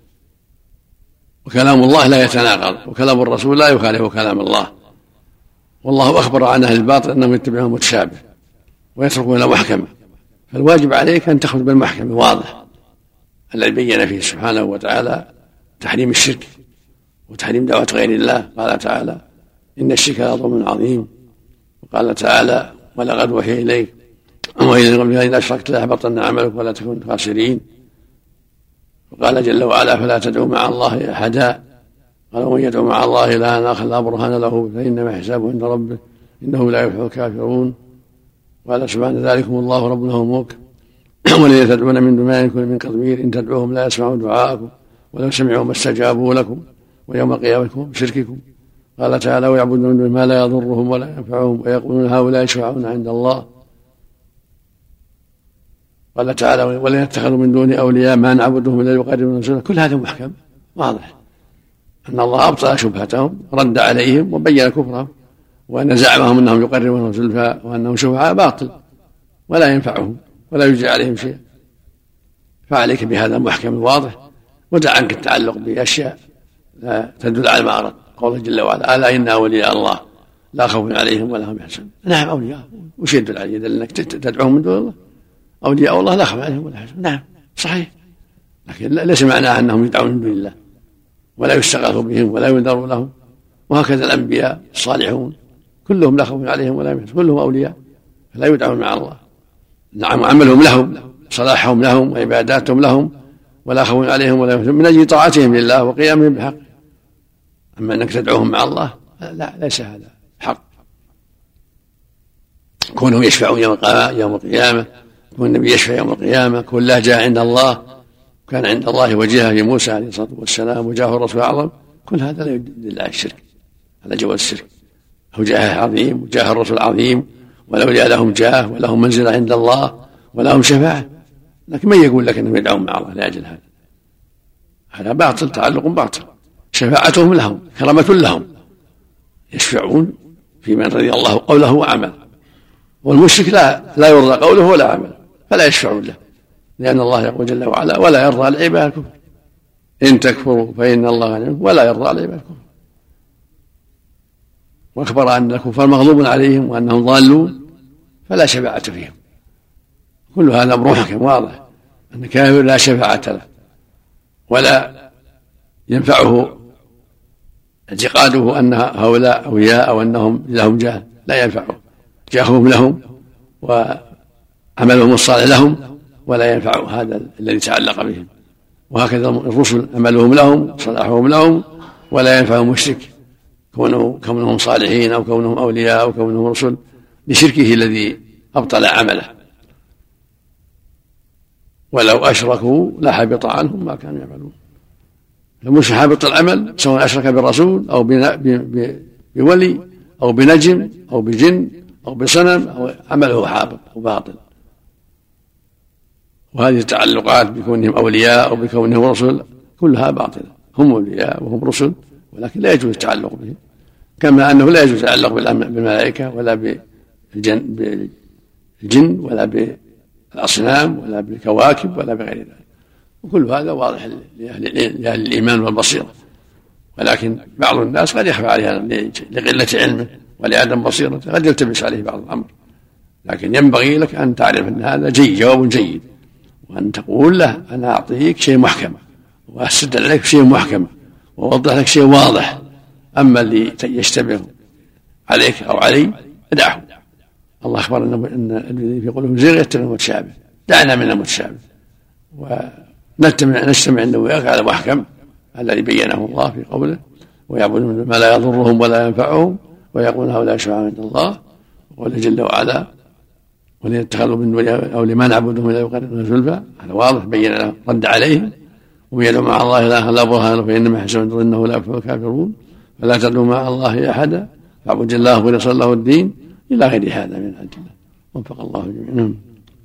وكلام الله لا يتناقض، وكلام الرسول لا يخالف كلام الله، والله أخبر عن أهل الباطل أنهم يتبعون متشابه ويتركون المحكمة، فالواجب عليك أن تأخذ بالمحكم الواضح الذي بين فيه سبحانه وتعالى تحريم الشرك وتحريم دعوة غير الله. قال تعالى إن الشرك لظلم عظيم، وقال تعالى ولقد وحي إليك وإلى قبل إن أشركت ليحبطن عملك ولا تكن خاسرين. وقال جل وعلا فلا تدعوا مع الله أحدا، قال ومن يدعو مع الله إلها آخر لا برهان له فإنما حسابه عند ربه إنه لا يفلح الكافرون. قال سبحانه ذلكم الله ربنا وملك والذين تدعون من دون الله من قطمير إن تدعوهم لا يسمعوا دعاءكم ولو سمعوا ما استجابوا لكم ويوم القيامة بشرككم. قال تعالى ويعبدون من ما لا يضرهم ولا ينفعهم ويقولون هؤلاء يشفعون عند الله. قال تعالى ولا يتخذوا من دون أولياء ما نعبدهم إلا ليقربونا إلى الله. كل هذا محكم واضح أن الله أبطل شبهتهم رد عليهم وبين كفرهم، وأن زعمهم أنهم يقربون زلفى وأنهم شفعاء باطل ولا ينفعهم ولا يجزي عليهم شيء. فعليك بهذا المحكم الواضح، ودع عنك التعلق بأشياء لا تدل على ما أردت. قوله جل وعلا ألا إن أولياء الله لا خوف عليهم ولا هم يحزنون. نعم أولياء، وش يدل عليه؟ يدل أنك تدعوهم من دون الله. أولياء الله لا خوف عليهم ولا يحزنون، نعم صحيح، لكن ليس معناه أنهم يدعون من دون الله ولا يستغاث بهم ولا ينذر لهم. وهكذا الأنبياء الصالحون كلهم لا خوف عليهم ولا يحزنون، كلهم أولياء فلا يدعون مع الله. نعم عملهم لهم، صلاحهم لهم وعباداتهم لهم، ولا خوف عليهم ولا يحزنون من أجل طاعتهم لله وقيامهم بحق. أما أنك تدعوهم مع الله لا، ليس هذا حق. كونهم يشفعون يوم القيامة، كون النبي يشفع يوم القيامة، كون له جاء عند الله، كان عند الله وجيها في موسى عليه الصلاة والسلام وجاه الرسول الأعظم، كل هذا لا يدل على الشرك، على جواز الشرك. هو جاه عظيم وجاه الرسول العظيم، والأولياء لهم جاه ولهم منزلة عند الله ولهم شفاعة، لكن من يقول لك أنهم يدعون مع الله لأجل هذا؟ هذا باطل، تعلق باطل. شفاعتهم لهم، كرامة لهم، يشفعون في من رضي الله قوله وعمله، والمشرك لا يرضى قوله ولا عمله فلا يشفعون له، لأن الله يقول جل وعلا ولا يرضى لعباد الكفر إن تكفروا فإن الله غني ولا يرضى لعباد الكفر. واخبر أن الكفار مغضوب عليهم وأنهم ضالون فلا شفاعة فيهم. كل هذا أمر محكم واضح أن الكافر لا شفاعة له ولا ينفعه اعتقاده أن هؤلاء أولياء أو أنهم لهم جاه، لا ينفعه جاههم لهم وعملهم الصالح لهم ولا ينفع هذا الذي تعلق بهم. وهكذا الرسل عملهم لهم صلاحهم لهم ولا ينفعهم الشرك، كونهم صالحين أو كونهم أولياء أو كونهم رسل لشركه الذي أبطل عمله. ولو أشركوا لحبط عنهم ما كانوا يعملون. فمش حابط العمل سواء أشرك بالرسول أو بولي أو بنجم أو بجن أو بصنم أو عمله حابط وباطل. وهذه التعلقات بكونهم أولياء أو بكونهم رسل كلها باطلة، هم أولياء وهم رسل ولكن لا يجوز التعلق بهم، كما أنه لا يجوز التعلق بالملائكة ولا بالجن ولا بالأصنام ولا بالكواكب ولا بغير ذلك. وكل هذا واضح لأهل الإيمان والبصيرة. ولكن بعض الناس قد يخفى عليه لقلة علمه ولعدم بصيرته، قد يلتبس عليه بعض الأمر. لكن ينبغي لك أن تعرف أن هذا جواب جيد، وأن تقول له أنا أعطيك شيء محكم وأسد عليك شيء محكم وأوضح لك شيء واضح. أما اللي يشتبه عليك أو علي ادعه. الله أخبر أن الذين في قلوبهم زيغ يتبعون المتشابه، دعنا من المتشابه ونجتمع عنده وياك على محكم الذي بينه الله في قوله ويعبدون ما لا يضرهم ولا ينفعهم ويقولون هؤلاء شفعاء عند الله. وقال جل وعلا ولن يتخذوا من دونه أو لما نعبدهم إلا يقربون زلفى. هذا واضح بين له رد عليهم ويدعو مع الله إلها لا برهان فإنما يحسبون أنه لا يفلح الكافرون فلا تدعوا مع الله أحدا فاعبد الله وليصل له الدين إلى غير هذا من عند الله. وفق الله جميعا.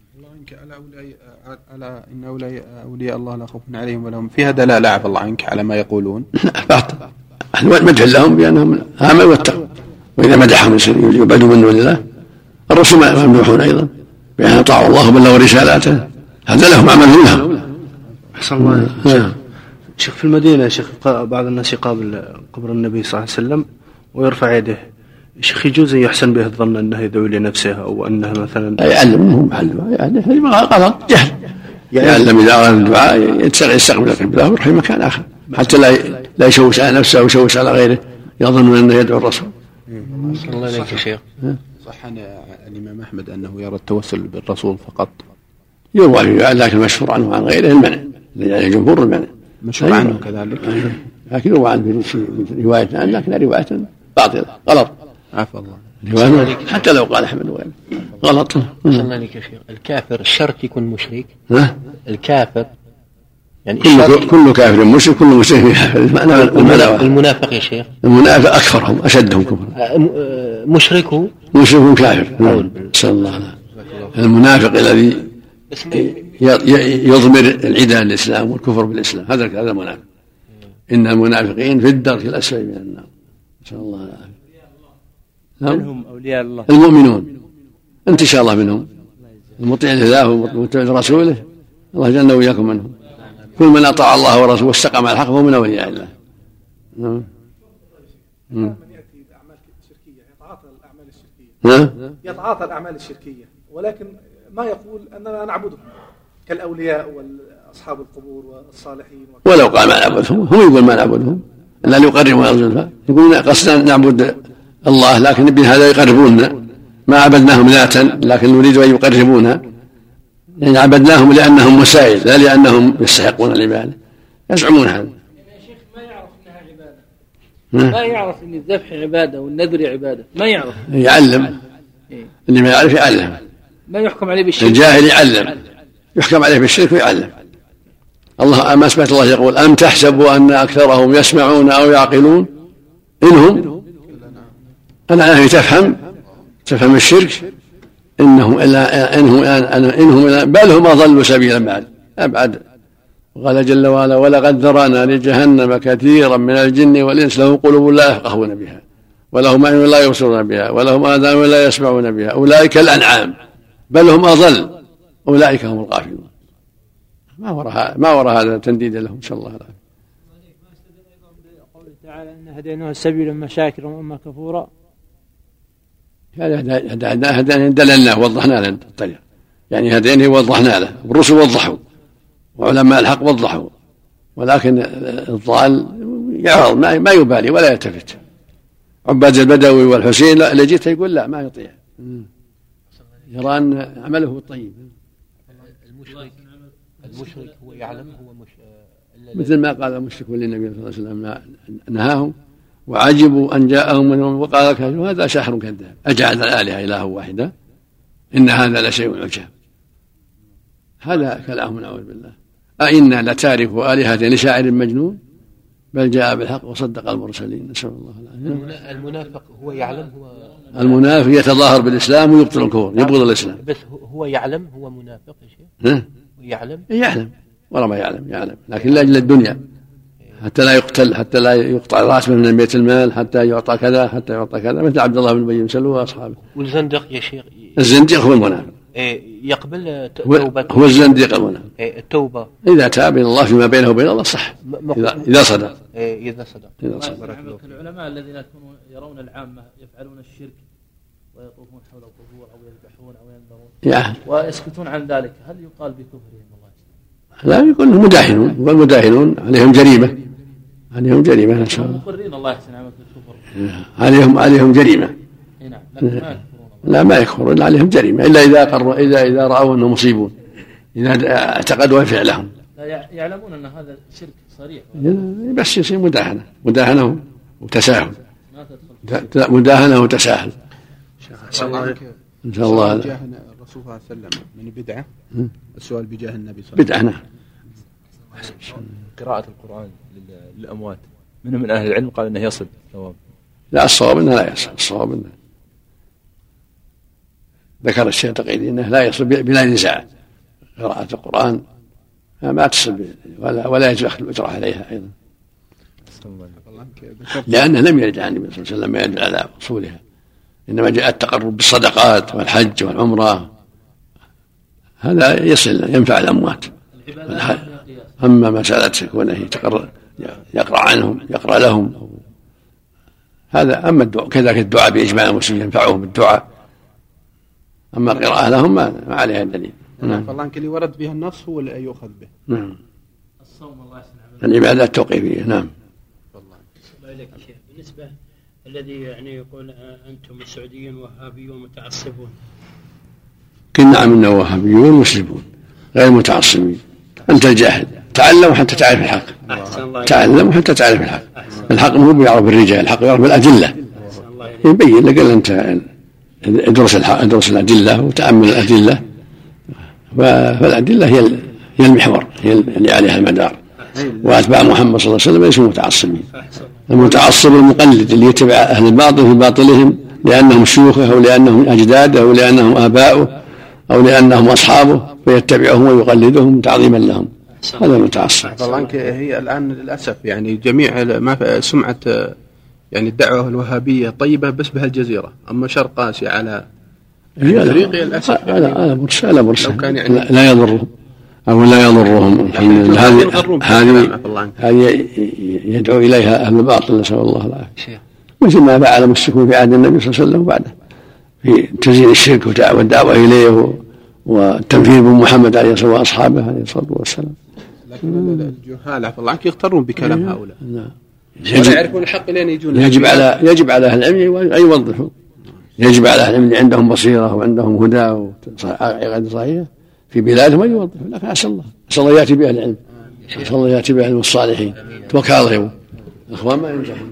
ألا إن أولياء الله لا خوف عليهم ولا هم فيها دلالة عفى الله عنك على ما يقولون. مدح لهم بأنهم آمنوا واتقوا، وإذا مدحهم يبعدوا من دون الله. الرسل ممدوحون أيضا بأن أطاعوا الله وبلغوا رسالاته، هذا لهم عملهم لهم. أحسن الله شيخ. في المدينة شيخ بعض الناس يقابل قبر النبي صلى الله عليه وسلم ويرفع يده، شيخ يجوز أن يحسن به الظن أنه يدعو لنفسه أو أنها مثلا يعلمه محله، يعني هذه غلط جهل. يعلم إذا أراد الدعاء يستقبل القبلة ويروح في مكان آخر حتى لا يشوش على نفسه أو يشوش على غيره يظن أنه يدعو الرسول. الله عليك يا شيخ. صح عن الإمام أحمد أنه يرى التوسل بالرسول فقط، يروى فيه، لكن مشهور عنه عن غيره المنع، الجمهور المنع مشهور عنه كذلك، لكن يروى عنه في رواية عنه لكن رواية باطلة غلط. عفى الله. حتى لو قال أحمد وغيره غلط. الله عليك يا شيخ. الكافر الشرط يكون مشرك؟ الكافر يعني كل كافر مشرك، كل مشرك كافر. المنافق يا شيخ؟ المنافق أكثرهم أشدهم كفرا. مشرك كافر. نسأل الله عنه. المنافق الذي يضمر العداء للإسلام والكفر بالإسلام هذا المنافق. إن المنافقين في الدرك الأسفل من النار. نسأل الله العافية. من هم أولياء الله؟ المؤمنون أنت إن شاء الله منهم، المطيع لله والمطيع لرسوله، الله جعلنا وإياكم منهم. كل من أطاع الله ورسوله واستقام على الحق فهو من أولياء الله. من يأتي بأعمال شركية يتعاطى الأعمال الشركية ولكن ما يقول أننا نعبدهم كالأولياء والأصحاب القبور والصالحين ولو قال ما نعبدهم، هم يقول ما نعبدهم إلا ليقربوا الزلفى، يقولون قصدنا نعبد الله لكن بهذا يقربوننا، ما عبدناهم ذاتا لكن نريد أن يقربونا، يعني عبدناهم لأنهم مسائل لا لأنهم يستحقون العبادة. يزعمون هذا. يا شيخ ما يعرف انها عبادة، ما يعرف ان الذبح عبادة والنذر عبادة، ما يعرف. يعلم اللي ما يعرف يعلم، ما يحكم عليه بالشرك. الجاهل يعلم، يحكم عليه بالشرك ويعلم. الله ما سمعت الله يقول أم تحسبوا أن أكثرهم يسمعون أو يعقلون إنهم أنا تفهم الشرك إنهم بل هم أضلوا سبيلا أبعد. وقال جل وعلا ولقد ذرأنا لجهنم كثيرا من الجن والإنس لهم قلوب لا يفقهون بها ولهم أعين لا يبصرون بها ولهم آذان لا يسمعون بها أولئك الأنعام بل هم أضل أولئك هم الغافلون. ما وراء هذا تنديد لهم إن شاء الله العافية. قوله تعالى إن هديناه السبيل إما شاكرا وإما كفورا. هذا دللناه ووضحنا له الطريق، يعني هدينه ووضحنا له، والرسل وضحوا وعلماء الحق وضحوا، ولكن الضال يعرض ما يبالي ولا يلتفت. عباد البدوي والحسين لا جيت يقول لا ما يطيع، يرى أن عمله طيب. المشرك هو يعلم هو مثل ما قال المشركون للنبي صلى الله عليه وسلم نهاهم وعجبوا أن جاءهم منهم وقال كافر هذا ساحر كذاب أجعل الآلهة إله واحدة إن هذا لشيء عجاب. هذا كلام نعوذ بالله. أئنا لتارك آلهة لشاعر مجنون بل جاء بالحق وصدق المرسلين. نسأل الله العافية. المنافق هو يعلم المنافق يتظاهر بالإسلام ويبطل الكفر يبغض الإسلام. بس هو يعلم هو منافق يا شيخ. يعلم ولا ما يعلم لكن لأجل الدنيا حتى لا يقتل، حتى لا يقطع رأسه من بيت المال، حتى يعطى كذا، حتى يعطى كذا، مثل عبد الله بن أبي بن سلول وأصحابه. والزندق يا شيخ؟ الزندق هو المنافق يقبل توبة هو الزنديق هنا التوبة إذا تاب إلى الله فيما بينه وبين الله صح إذا صدق. إذا صدق. العلماء الذين يكونوا يرون العامة يفعلون الشرك ويطوفون حول القبور أو يذبحون أو ينذرون ويسكتون عن ذلك، هل يقال بكفرهم؟ الله لا، يقول مداهنون، والمداهنون عليهم جريمة، عليهم جريمة. مقرين الله يحسن عملك بالكفر، عليهم جريمة. نعم. لا ما يكفرون، عليهم جريمة إلا إذا رأوا أنهم مصيبون، إذا اعتقدوا فعلهم. لا يعلمون أن هذا شرك صريح، بس يصير مداهنة وتساهل. مداهنة وتساهل. إن شاء الله. بجاه الرسول صلى الله عليه وسلم من بدعة. السؤال بجاه النبي صلى الله عليه وسلم بدعة. نعم. قراءة القرآن للأموات من أهل العلم قال أنه يصل ثواب. لا، الصواب أنه لا يصل. الصواب أنه ذكر الشيخ تقييدي أنه لا يصل بلا نزاع. قراءة القرآن ما تصل ولا يجوز أخذ الأجرة عليها أيضا، لأنه لم يرد عن النبي صلى الله عليه وسلم ما يدل على وصولها، إنما جاء التقرب بالصدقات والحج والعمرة، هذا يصل ينفع الأموات. أما مسألة كونه يقرأ عنهم يقرأ لهم هذا، أما الدعاء كذلك الدعاء بإجماع المسلمين ينفعهم بالدعاء، أما القراءة لهم ما عليها دليل. فالله اللي ورد بها النص هو اللي يؤخذ به. نعم. الصوم الله العبادات التوقيفية. نعم. الله إليك شيخ، بالنسبة الذي يعني يقول أنتم السعوديين وهابيون متعصبون. نعم، إننا وهابيون مسلمون غير متعصبين. أنت الجاهل، تعلم حتى تعرف الحق. تعلم حتى تعرف الحق. الحق مو بيعرف بالرجال، الحق يعرف بالأدلة. يبين لك أنت ادرس الأدلة وتأمل الأدلة، فالأدلة هي المحور، هي اللي عليها المدار. وأتباع محمد صلى الله عليه وسلم ليسوا متعصبين. المتعصب المقلد اللي يتبع أهل الباطل في باطلهم لأنهم شيوخه أو لأنهم أجداده أو لأنهم آباؤه أو لأنهم أصحابه، فيتبعهم ويقلدهم تعظيما لهم. هذا المتعصب. هي الآن للأسف يعني جميع ما سمعة يعني الدعوة الوهابية طيبة بس بهالجزيرة، أما شرق آسيا على أفريقيا للأسف هذا مرسل لا يضرهم أو لا يضرهم. هذه يدعو إليها أهل الباطل، نسأل الله العافية، مثل ما فعل المشركون في عهد النبي صلى الله عليه وسلم وبعده في تزيين الشرك والدعوة إليه والتنفيذ بمحمد عليه الصلاة والسلام وأصحابه عليه الصلاة والسلام. لكن الجهال عفوا الله عنك يغترون بكلام هؤلاء، ولا يعرفون الحق لين يجون. يجب على أهل العلم أن يوضحوا، يجب على أهل العلم اللي عندهم بصيرة وعندهم هدى وعقيدة صحيحة في بلادهم أن يوضحوا. لكن أسأل الله يأتي بأهل العلم، أسأل الله يأتي بأهل الصالحين وكاظموا الأخوان ما ينجحون.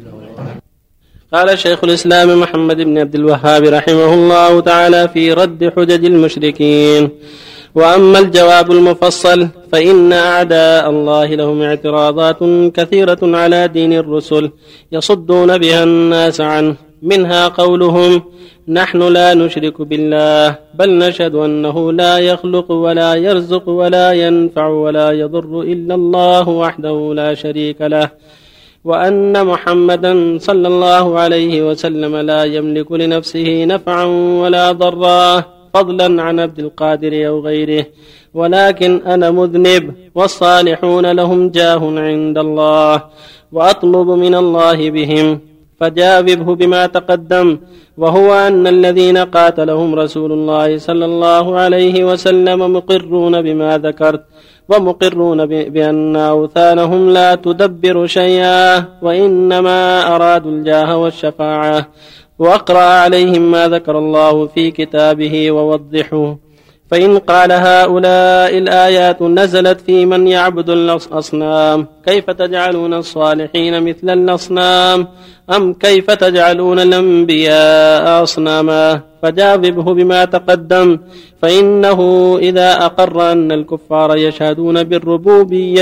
قال شيخ الإسلام محمد بن عبد الوهاب رحمه الله تعالى في رد حجج المشركين: وأما الجواب المفصل فإن أعداء الله لهم اعتراضات كثيرة على دين الرسل يصدون بها الناس عنه، منها قولهم: نحن لا نشرك بالله بل نشهد أنه لا يخلق ولا يرزق ولا ينفع ولا يضر إلا الله وحده لا شريك له، وأن محمدا صلى الله عليه وسلم لا يملك لنفسه نفعا ولا ضرا فضلا عن عبد القادر أو غيره، ولكن أنا مذنب والصالحون لهم جاه عند الله وأطلب من الله بهم، فجاوبه بما تقدم، وهو أن الذين قاتلهم رسول الله صلى الله عليه وسلم مقرون بما ذكرت، ومقرون بأن أوثانهم لا تدبر شيئا وإنما أرادوا الجاه والشفاعة، وأقرأ عليهم ما ذكر الله في كتابه ووضحه. فإن قال هؤلاء الآيات نزلت في من يعبد الأصنام كيف تجعلون الصالحين مثل الأصنام أم كيف تجعلون الأنبياء أصناما؟ فجاوبه بما تقدم، فإنه إذا أقر أن الكفار يشهدون بالربوبية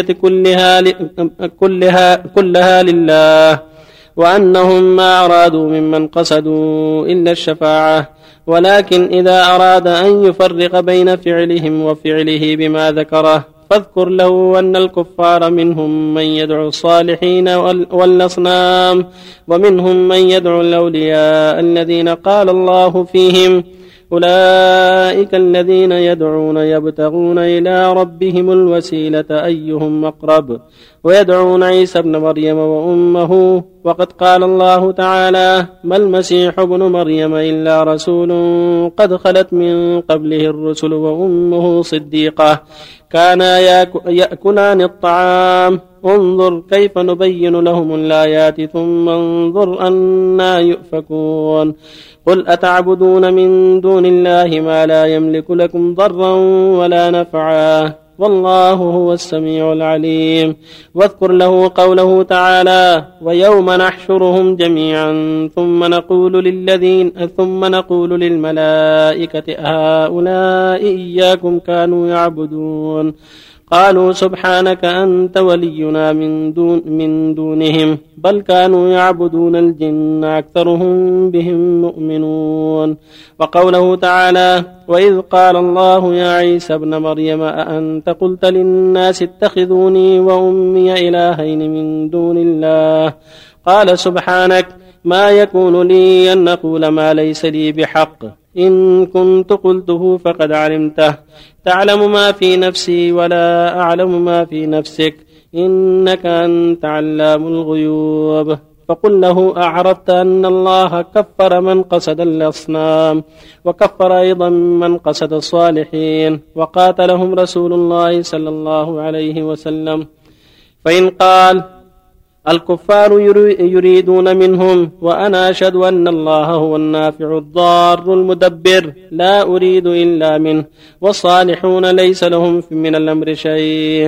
كلها لله، وأنهم ما أرادوا ممن قصدوا إلا الشفاعة، ولكن إذا أراد أن يفرق بين فعلهم وفعله بما ذكره فاذكر له أن الكفار منهم من يدعو الصالحين والأصنام، ومنهم من يدعو الأولياء الذين قال الله فيهم: أولئك الذين يدعون يبتغون إلى ربهم الوسيلة أيهم أقرب ويدعون عيسى ابن مريم وأمه. وقد قال الله تعالى: ما المسيح ابن مريم إلا رسول قد خلت من قبله الرسل وأمه صديقة كانا يأكلان الطعام انظر كيف نبين لهم الآيات ثم انظر أنا يؤفكون. قل أتعبدون من دون الله ما لا يملك لكم ضرا ولا نفعا والله هو السميع العليم. واذكر له قوله تعالى: ويوم نحشرهم جميعا ثم نقول للملائكة هؤلاء إياكم كانوا يعبدون قالوا سبحانك أنت ولينا من دونهم بل كانوا يعبدون الجن أكثرهم بهم مؤمنون. وقوله تعالى: وإذ قال الله يا عيسى ابن مريم أأنت قلت للناس اتخذوني وأمي إلهين من دون الله قال سبحانك ما يكون لي أن أقول ما ليس لي بحق إن كنت قلته فقد علمته تعلم ما في نفسي ولا أعلم ما في نفسك إنك أنت علام الغيوب. فقل له أعرفت أن الله كفر من قصد الأصنام وكفر أيضا من قصد الصالحين وقاتلهم رسول الله صلى الله عليه وسلم. فإن قال الكفار يريدون منهم وأنا أشهد أن الله هو النافع الضار المدبر لا أريد إلا منه والصالحون ليس لهم من الأمر شيء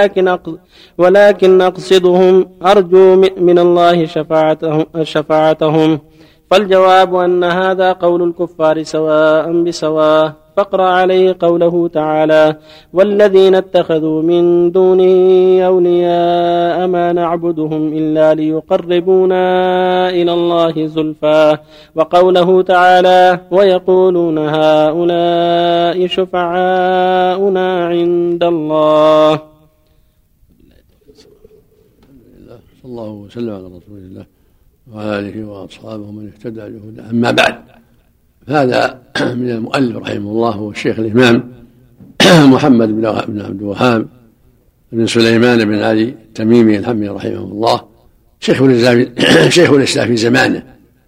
ولكن أقصدهم أرجو من الله شفاعتهم. فالجواب أن هذا قول الكفار سواء بسواء. فاقرأ عليه قوله تعالى: والذين اتخذوا من دونه أولياء ما نعبدهم إلا ليقربونا إلى الله زلفى. وقوله تعالى: ويقولون هؤلاء شفعاؤنا عند الله. صلى الله وسلم على رسول الله وعلى آله وأصحابه من اهتدى بهداه. أما بعد، هذا من المؤلف رحمه الله هو الشيخ الإمام محمد بن عبد الوهاب بن سليمان بن علي التميمي الحمي رحمه الله، شيخ الإسلام في زمانه،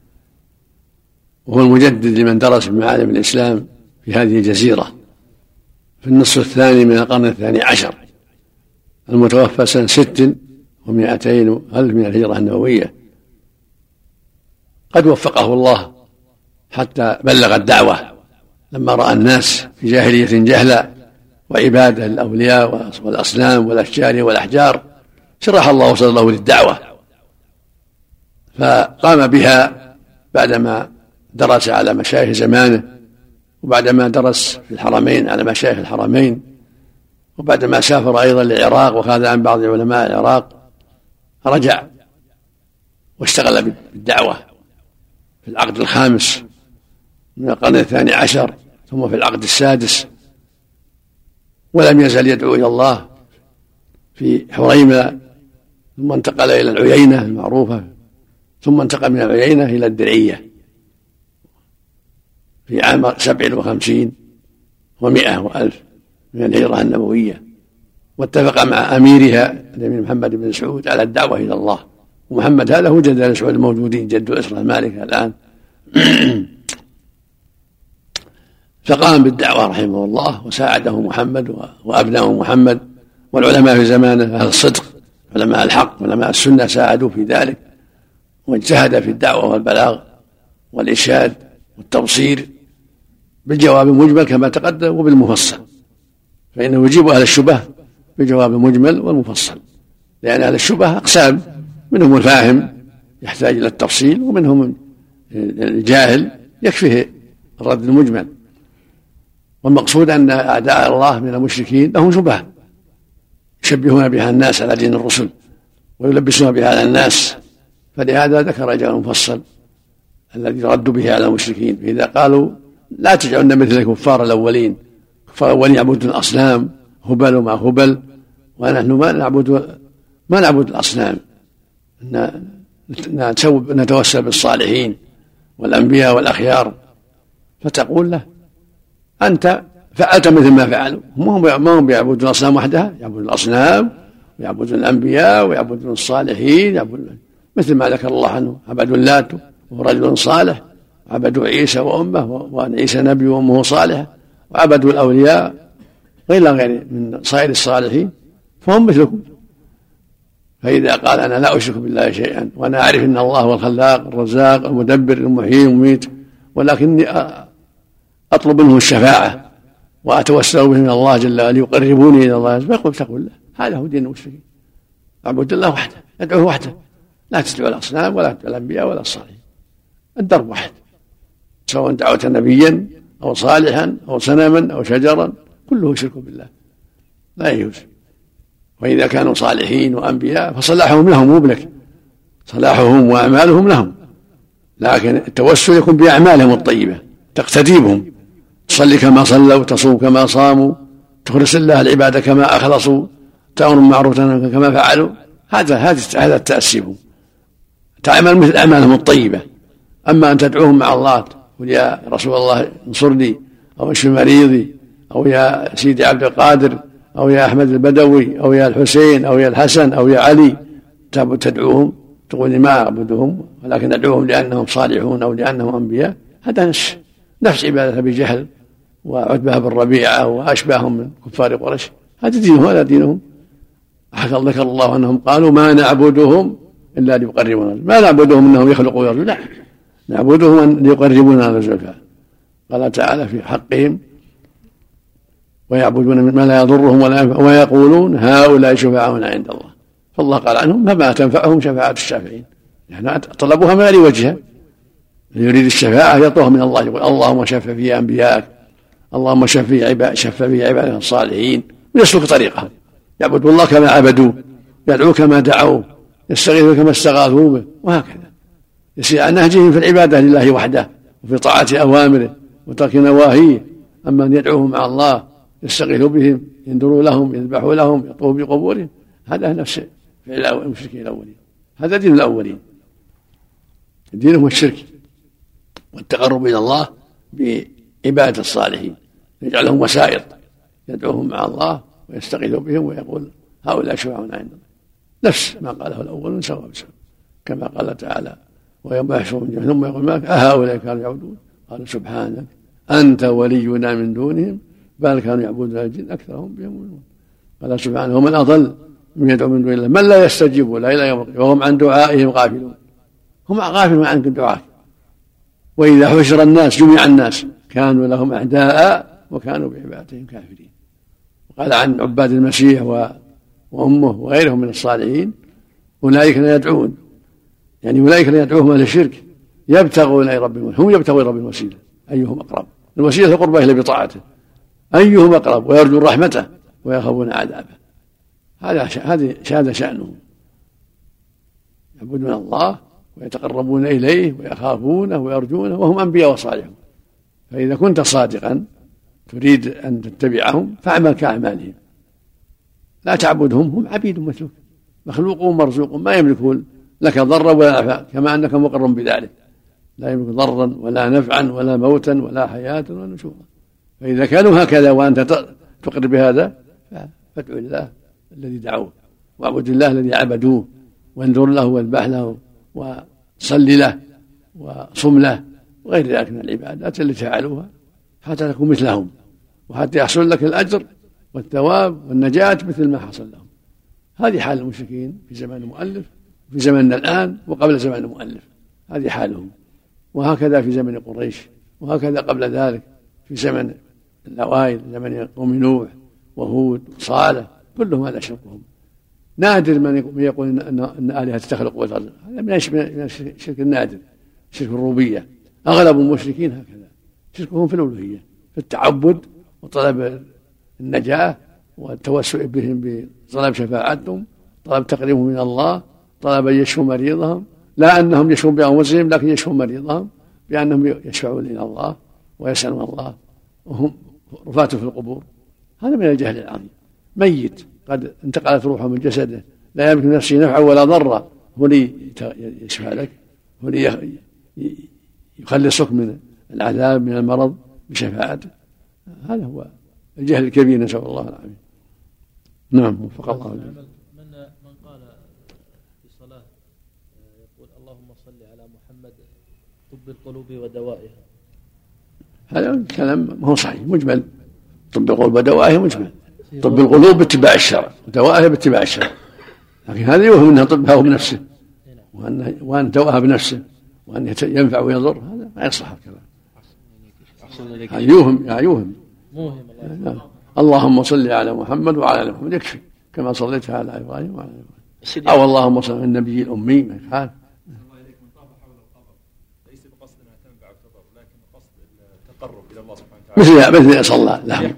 وهو المجدد لمن درس بمعالم الإسلام في هذه الجزيرة في النصف الثاني من القرن الثاني عشر، المتوفى سنة 600 من الهجرة النبوية. قد وفقه الله حتى بلغ الدعوة لما رأى الناس في جاهلية جهلا وعبادة الأولياء والأصنام والأشجار والأحجار، شرح الله صدره للدعوة فقام بها بعدما درس على مشايخ زمانه، وبعدما درس في الحرمين على مشايخ الحرمين، وبعدما سافر أيضا للعراق وخاذ عن بعض علماء العراق، رجع واشتغل بالدعوة في العقد الخامس من القرن الثاني عشر ثم في العقد السادس، ولم يزل يدعو إلى الله في حريمة، ثم انتقل إلى العيينة المعروفة، ثم انتقل من العيينة إلى الدرعية في عام 57 و100 وألف من الهجرة النبوية، واتفق مع أميرها الأمير محمد بن سعود على الدعوة إلى الله. ومحمد هذا هو جد بن سعود الموجودين، جد أسرة المالكة الآن. فقام بالدعوة رحمه الله وساعده محمد وأبناء محمد والعلماء في زمانه، أهل الصدق علماء الحق علماء السنة ساعدوا في ذلك، واجتهد في الدعوة والبلاغ والإرشاد والتبصير بالجواب المجمل كما تقدم وبالمفصل، فإنه يجيب أهل الشبه بالجواب المجمل والمفصل، لأن أهل الشبه أقسام، منهم الفاهم يحتاج إلى التفصيل، ومنهم الجاهل يكفيه الرد المجمل. والمقصود أن أعداء الله من المشركين لهم شبهة يشبهون بها الناس على دين الرسل ويلبسون بها على الناس، فلهذا ذكر جواب مفصل الذي ردوا به على المشركين، فإذا قالوا لا تجعلنا مثل الكفار الأولين، الكفار الأولين يعبدون الأصنام هبل وما هبل، ونحن ما نعبد الأصنام، نتوسل بالصالحين والأنبياء والأخيار. فتقول له أنت فعلت مثل ما فعلوا. ما هم بيعبدون الأصنام وحدها، يعبدون الأصنام ويعبدون الأنبياء ويعبدون الصالحين، يعبدون مثل ما ذكر الله عنه، عبدوا اللات وهو رجل صالح، عبدوا عيسى وأمه وأن عيسى نبي وأمه صالحة، وعبدوا الأولياء غير من صائر الصالحين، فهم مثلكم. فإذا قال أنا لا أشرك بالله شيئا وأنا أعرف أن الله هو الخلاق الرزاق المدبر المحيي المميت، ولكني أطلب منه الشفاعة وأتوسل به من الله جل وعلا ليقربوني إلى الله، فيقول اتقوا الله. هذا هو دين المشركين، اعبد الله وحده، ادعوه وحده، لا تدعو الأصنام ولا تدعو الأنبياء ولا الصالحين. الدرب واحد، سواء دعوت نبيا أو صالحا أو صنما أو شجرا، كله شرك بالله لا يجوز. وإذا كانوا صالحين وأنبياء فصلاحهم لهم مو بلك، صلاحهم وأعمالهم لهم، لكن التوسل يكون بأعمالهم الطيبة، تقتدي بهم، تصلي كما صلوا، تصوم كما صاموا، تخلص الله العبادة كما أخلصوا، تأمر معروفا كما فعلوا. هذا التأسي بهم، تعمل مثل أعمالهم الطيبة. أما أن تدعوهم مع الله، تقول يا رسول الله انصرني، أو اشف مريضي، أو يا سيدي عبد القادر، أو يا أحمد البدوي، أو يا الحسين، أو يا الحسن، أو يا علي، تدعوهم، تقول ما أعبدهم ولكن أدعوهم لأنهم صالحون أو لأنهم أنبياء، هذا نفس عبادة أبي جهل وعتبة بن ربيعة وأشباههم من كفار قريش. هذا دينهم ولا دينهم. ذكر الله أنهم قالوا ما نعبدهم إلا ليقربونا، ما نعبدهم أنهم يخلقوا ويرزقون، لا، نعبدهم ليقربونا للزلفى. قال تعالى في حقهم ويعبدون ما لا يضرهم ولا ينفعهم ويقولون هؤلاء شفعاؤنا عند الله، فالله قال عنهم فما تنفعهم شفاعة الشافعين، يعني طلبوها من غير وجهها. يريد الشفاعة يطلبها من الله، يقول اللهم شفع في أنبيائك، اللهم شفع في عبادك الصالحين، ويسلك طريقهم، يعبد الله كما عبدوه، يدعو كما دعوه، يستغيث كما استغاثوا به، وهكذا يسير عن نهجهم في العبادة لله وحده وفي طاعة أوامره وترك نواهيه. أما أن يدعوهم مع الله، يستغيثوا بهم، ينذروا لهم، يذبحوا لهم، يطوفوا بقبورهم، هذا نفس فعل المشركين الأولين. هذا دين الأولين، دينهم الشرك والتقرب إلى الله بعبادة الصالحين، يجعلهم وسائط، يدعوهم مع الله ويستغيثوا بهم ويقول هؤلاء شفعاؤنا عند الله، نفس ما قاله الأولون سواء بسواء، كما قال تعالى ويوم يحشرهم جميعا ثم يقول مالك أهؤلاء كانوا يعبدون، قال سبحانك أنت ولينا من دونهم بل كانوا يعبدون الجن أكثرهم بهم يؤمنون. قال سبحانه ومن أضل من يدعو من دون الله من لا يستجيب لا إلى يوم القيامة وهم عن دعائهم غافلون، هم غافلون عن دعائك. وإذا حشر الناس جميع الناس كانوا لهم أعداء وكانوا بعبادتهم كافرين. وقال عن عباد المسيح وأمه وغيرهم من الصالحين أولئك لا يدعون، يعني أولئك لا يدعوهم أهل الشرك يبتغون إلى ربهم، هم يبتغون إلى ربهم الوسيلة أيهم أقرب، الوسيلة القربى إلى بطاعته، أيهم أقرب، ويرجون رحمته ويخافون عذابه. هذا شأنهم، يعبدون الله ويتقربون إليه ويخافونه ويرجونه وهم أنبياء وصالحون. فإذا كنت صادقا تريد أن تتبعهم فاعمل كأعمالهم، لا تعبدهم، هم عبيد مثلك، مخلوق ومرزوق، ما يملكون لك ضرا ولا نفعا، كما أنك مقر بذلك، لا يملك ضرا ولا نفعا ولا موتا ولا حياة ولا نشورا. فإذا كانوا هكذا وأنت تقر بهذا فادعو الله الذي دعوه، واعبد الله الذي عبدوه، وانذر له واذبح له وصل له وصم له وغير ذلك من العبادات التي فعلوها حتى تكون مثلهم، وحتى يحصل لك الأجر والثواب والنجاة مثل ما حصل لهم. هذه حال المشركين في زمان المؤلف، في زمننا الآن وقبل زمان المؤلف، هذه حالهم. وهكذا في زمن قريش، وهكذا قبل ذلك في زمن الأوائل، زمن قوم نوح وهود وصالح، كلهم هذا شركهم. نادر من يقول أن آلهة تخلق وترزق، هذا من الشرك النادر، شرك الربوبية. أغلب المشركين هكذا، شركهم في الألوهية، في التعبد وطلب النجاة والتوسل بهم بطلب شفاعتهم، طلب تقريبهم من الله، طلب أن يشفوا مريضهم، لا أنهم يشفون بأنفسهم لكن يشفون مريضهم بأنهم يشفعون إلى الله ويسألون الله وهم رفاة في القبور. هذا من الجهل العظيم. ميت قد انتقلت روحه من جسده، لا يملك نفسه نفعا ولا ضرا، هو لي يشفع لك، هو لي يخلصك من العذاب من المرض بشفاعته. هذا هو الجهل الكبير، نسأل الله العافية. نعم، وفق الله. من قال في صلاة يقول اللهم صل على محمد طب القلوب ودوائها، هذا كلام ما هو صحيح، مجمل. طب القلوب ودوائها مجمل. طب القلوب باتباع الشرع ودوائها باتباع الشرع، لكن هذا يوهم انها طبها هو بنفسه وان دواها بنفسه وان ينفع ويضر، هذا ما يصح الكلام. يوهم اللهم صل على محمد وعلى ال محمد يكفي، كما صليت على ابراهيم وعلى ابراهيم، او اللهم صل على النبي الامي ما يفعل. ليس بقصد انها تنفع وتضر، لكن بقصد التقرب الى الله سبحانه وتعالى، مثل صلى لهم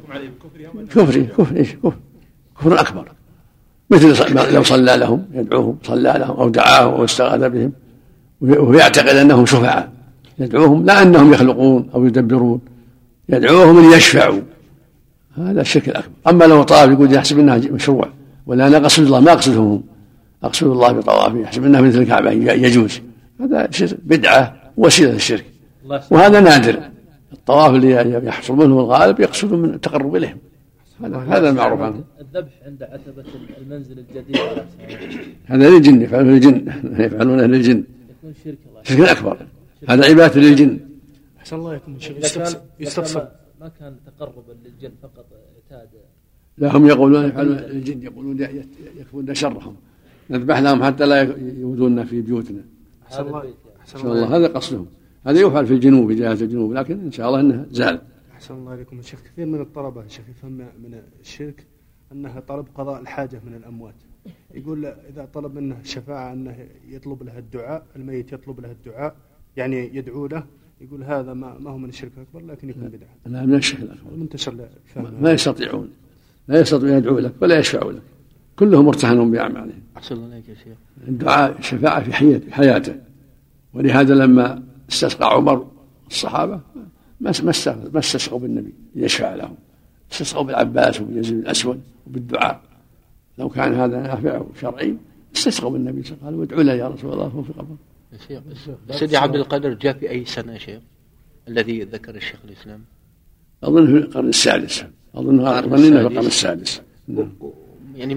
كفر اكبر، مثل لو صلى لهم يدعوهم، صلى لهم او دعاهم او استغاث بهم ويعتقد انهم شفعاء، يدعوهم لا انهم يخلقون او يدبرون، يدعوهم ليشفعوا، هذا الشرك الاكبر. اما لو طاف يقول يحسب انها مشروع، ولا انا اقصد الله، ما اقصدهم، اقصد الله بطوافه، يحسب انها مثل الكعبه يجوز، هذا بدعه وسيله الشرك، وهذا نادر. الطواف اللي يحصل منهم الغالب يقصدون من التقرب اليهم، هذا المعروف عنه. الذبح عند عتبة المنزل الجديد هذا للجن، يفعلون الجن، يفعلونه للجن، يكون شرك أكبر، هذا عبادة للجن. أحسن الله يكون يستفسر ما كان تقربا للجن فقط اعتاد. لا، هم يقولون يفعلون الجن، يقولون يكفون شرهم، نذبح لهم حتى لا يؤذونا في بيوتنا. أحسن الله، هذا قصدهم، هذا يفعل في الجنوب، في جهة الجنوب، لكن إن شاء الله أنه زال. أحسن الله عليكم يا شيخ. كثير من الطلبة شيخ يفهم من الشرك أنها طلب قضاء الحاجة من الأموات، يقول إذا طلب منه الشفاعة أنه يطلب له الدعاء، الميت يطلب له الدعاء يعني يدعو له، يقول هذا ما هو من الشرك الأكبر لكن يكون بدعة. لا، من الشرك الأكبر، منتشر ما يستطيعون، لا يستطيعون يدعو لك ولا يشفعوا لك، كلهم مرتهنون بأعمالهم. أحسن الله عليك يا شيخ. الدعاء الشفاعة في حياته، ولهذا لما استسقى عمر الصحابة ما استسقوا بالنبي يشفع لهم، استسقوا بالعباس وبيزيد الأسود وبالدعاء. لو كان هذا نافع شرعي استسقوا بالنبي، قالوا ادعوا له يا رسول الله هو في قبره. سيدي عبد القادر جاء في أي سنة يا شيخ الذي ذكر الشيخ الإسلام؟ أظن في القرن السادس، أظننا في القرن السادس. يعني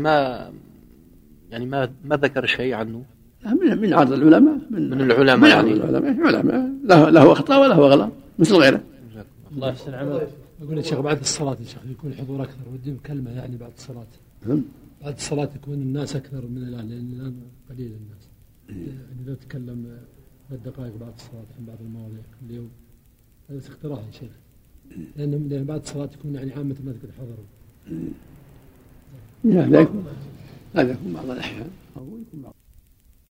ما ذكر شيء عنه من عرض العلماء، من العلماء، يعني العلماء له أخطاء وله غلط مثل غيره. الله يحسن عملك. أقول يا شيخ بعد الصلاة يا شيخ يكون الحضور أكثر، ودي كلمة يعني بعد الصلاة. بعد الصلاة يكون الناس أكثر من الآن، لأن الآن قليل الناس. يعني لو تكلم بالدقائق بعد الصلاة عن بعض المواضيع كل يوم، هذا اقتراح يا شيخ، لأن بعد الصلاة يكون يعني عامة الناس قد حضروا. هذا يكون بعض الأحيان.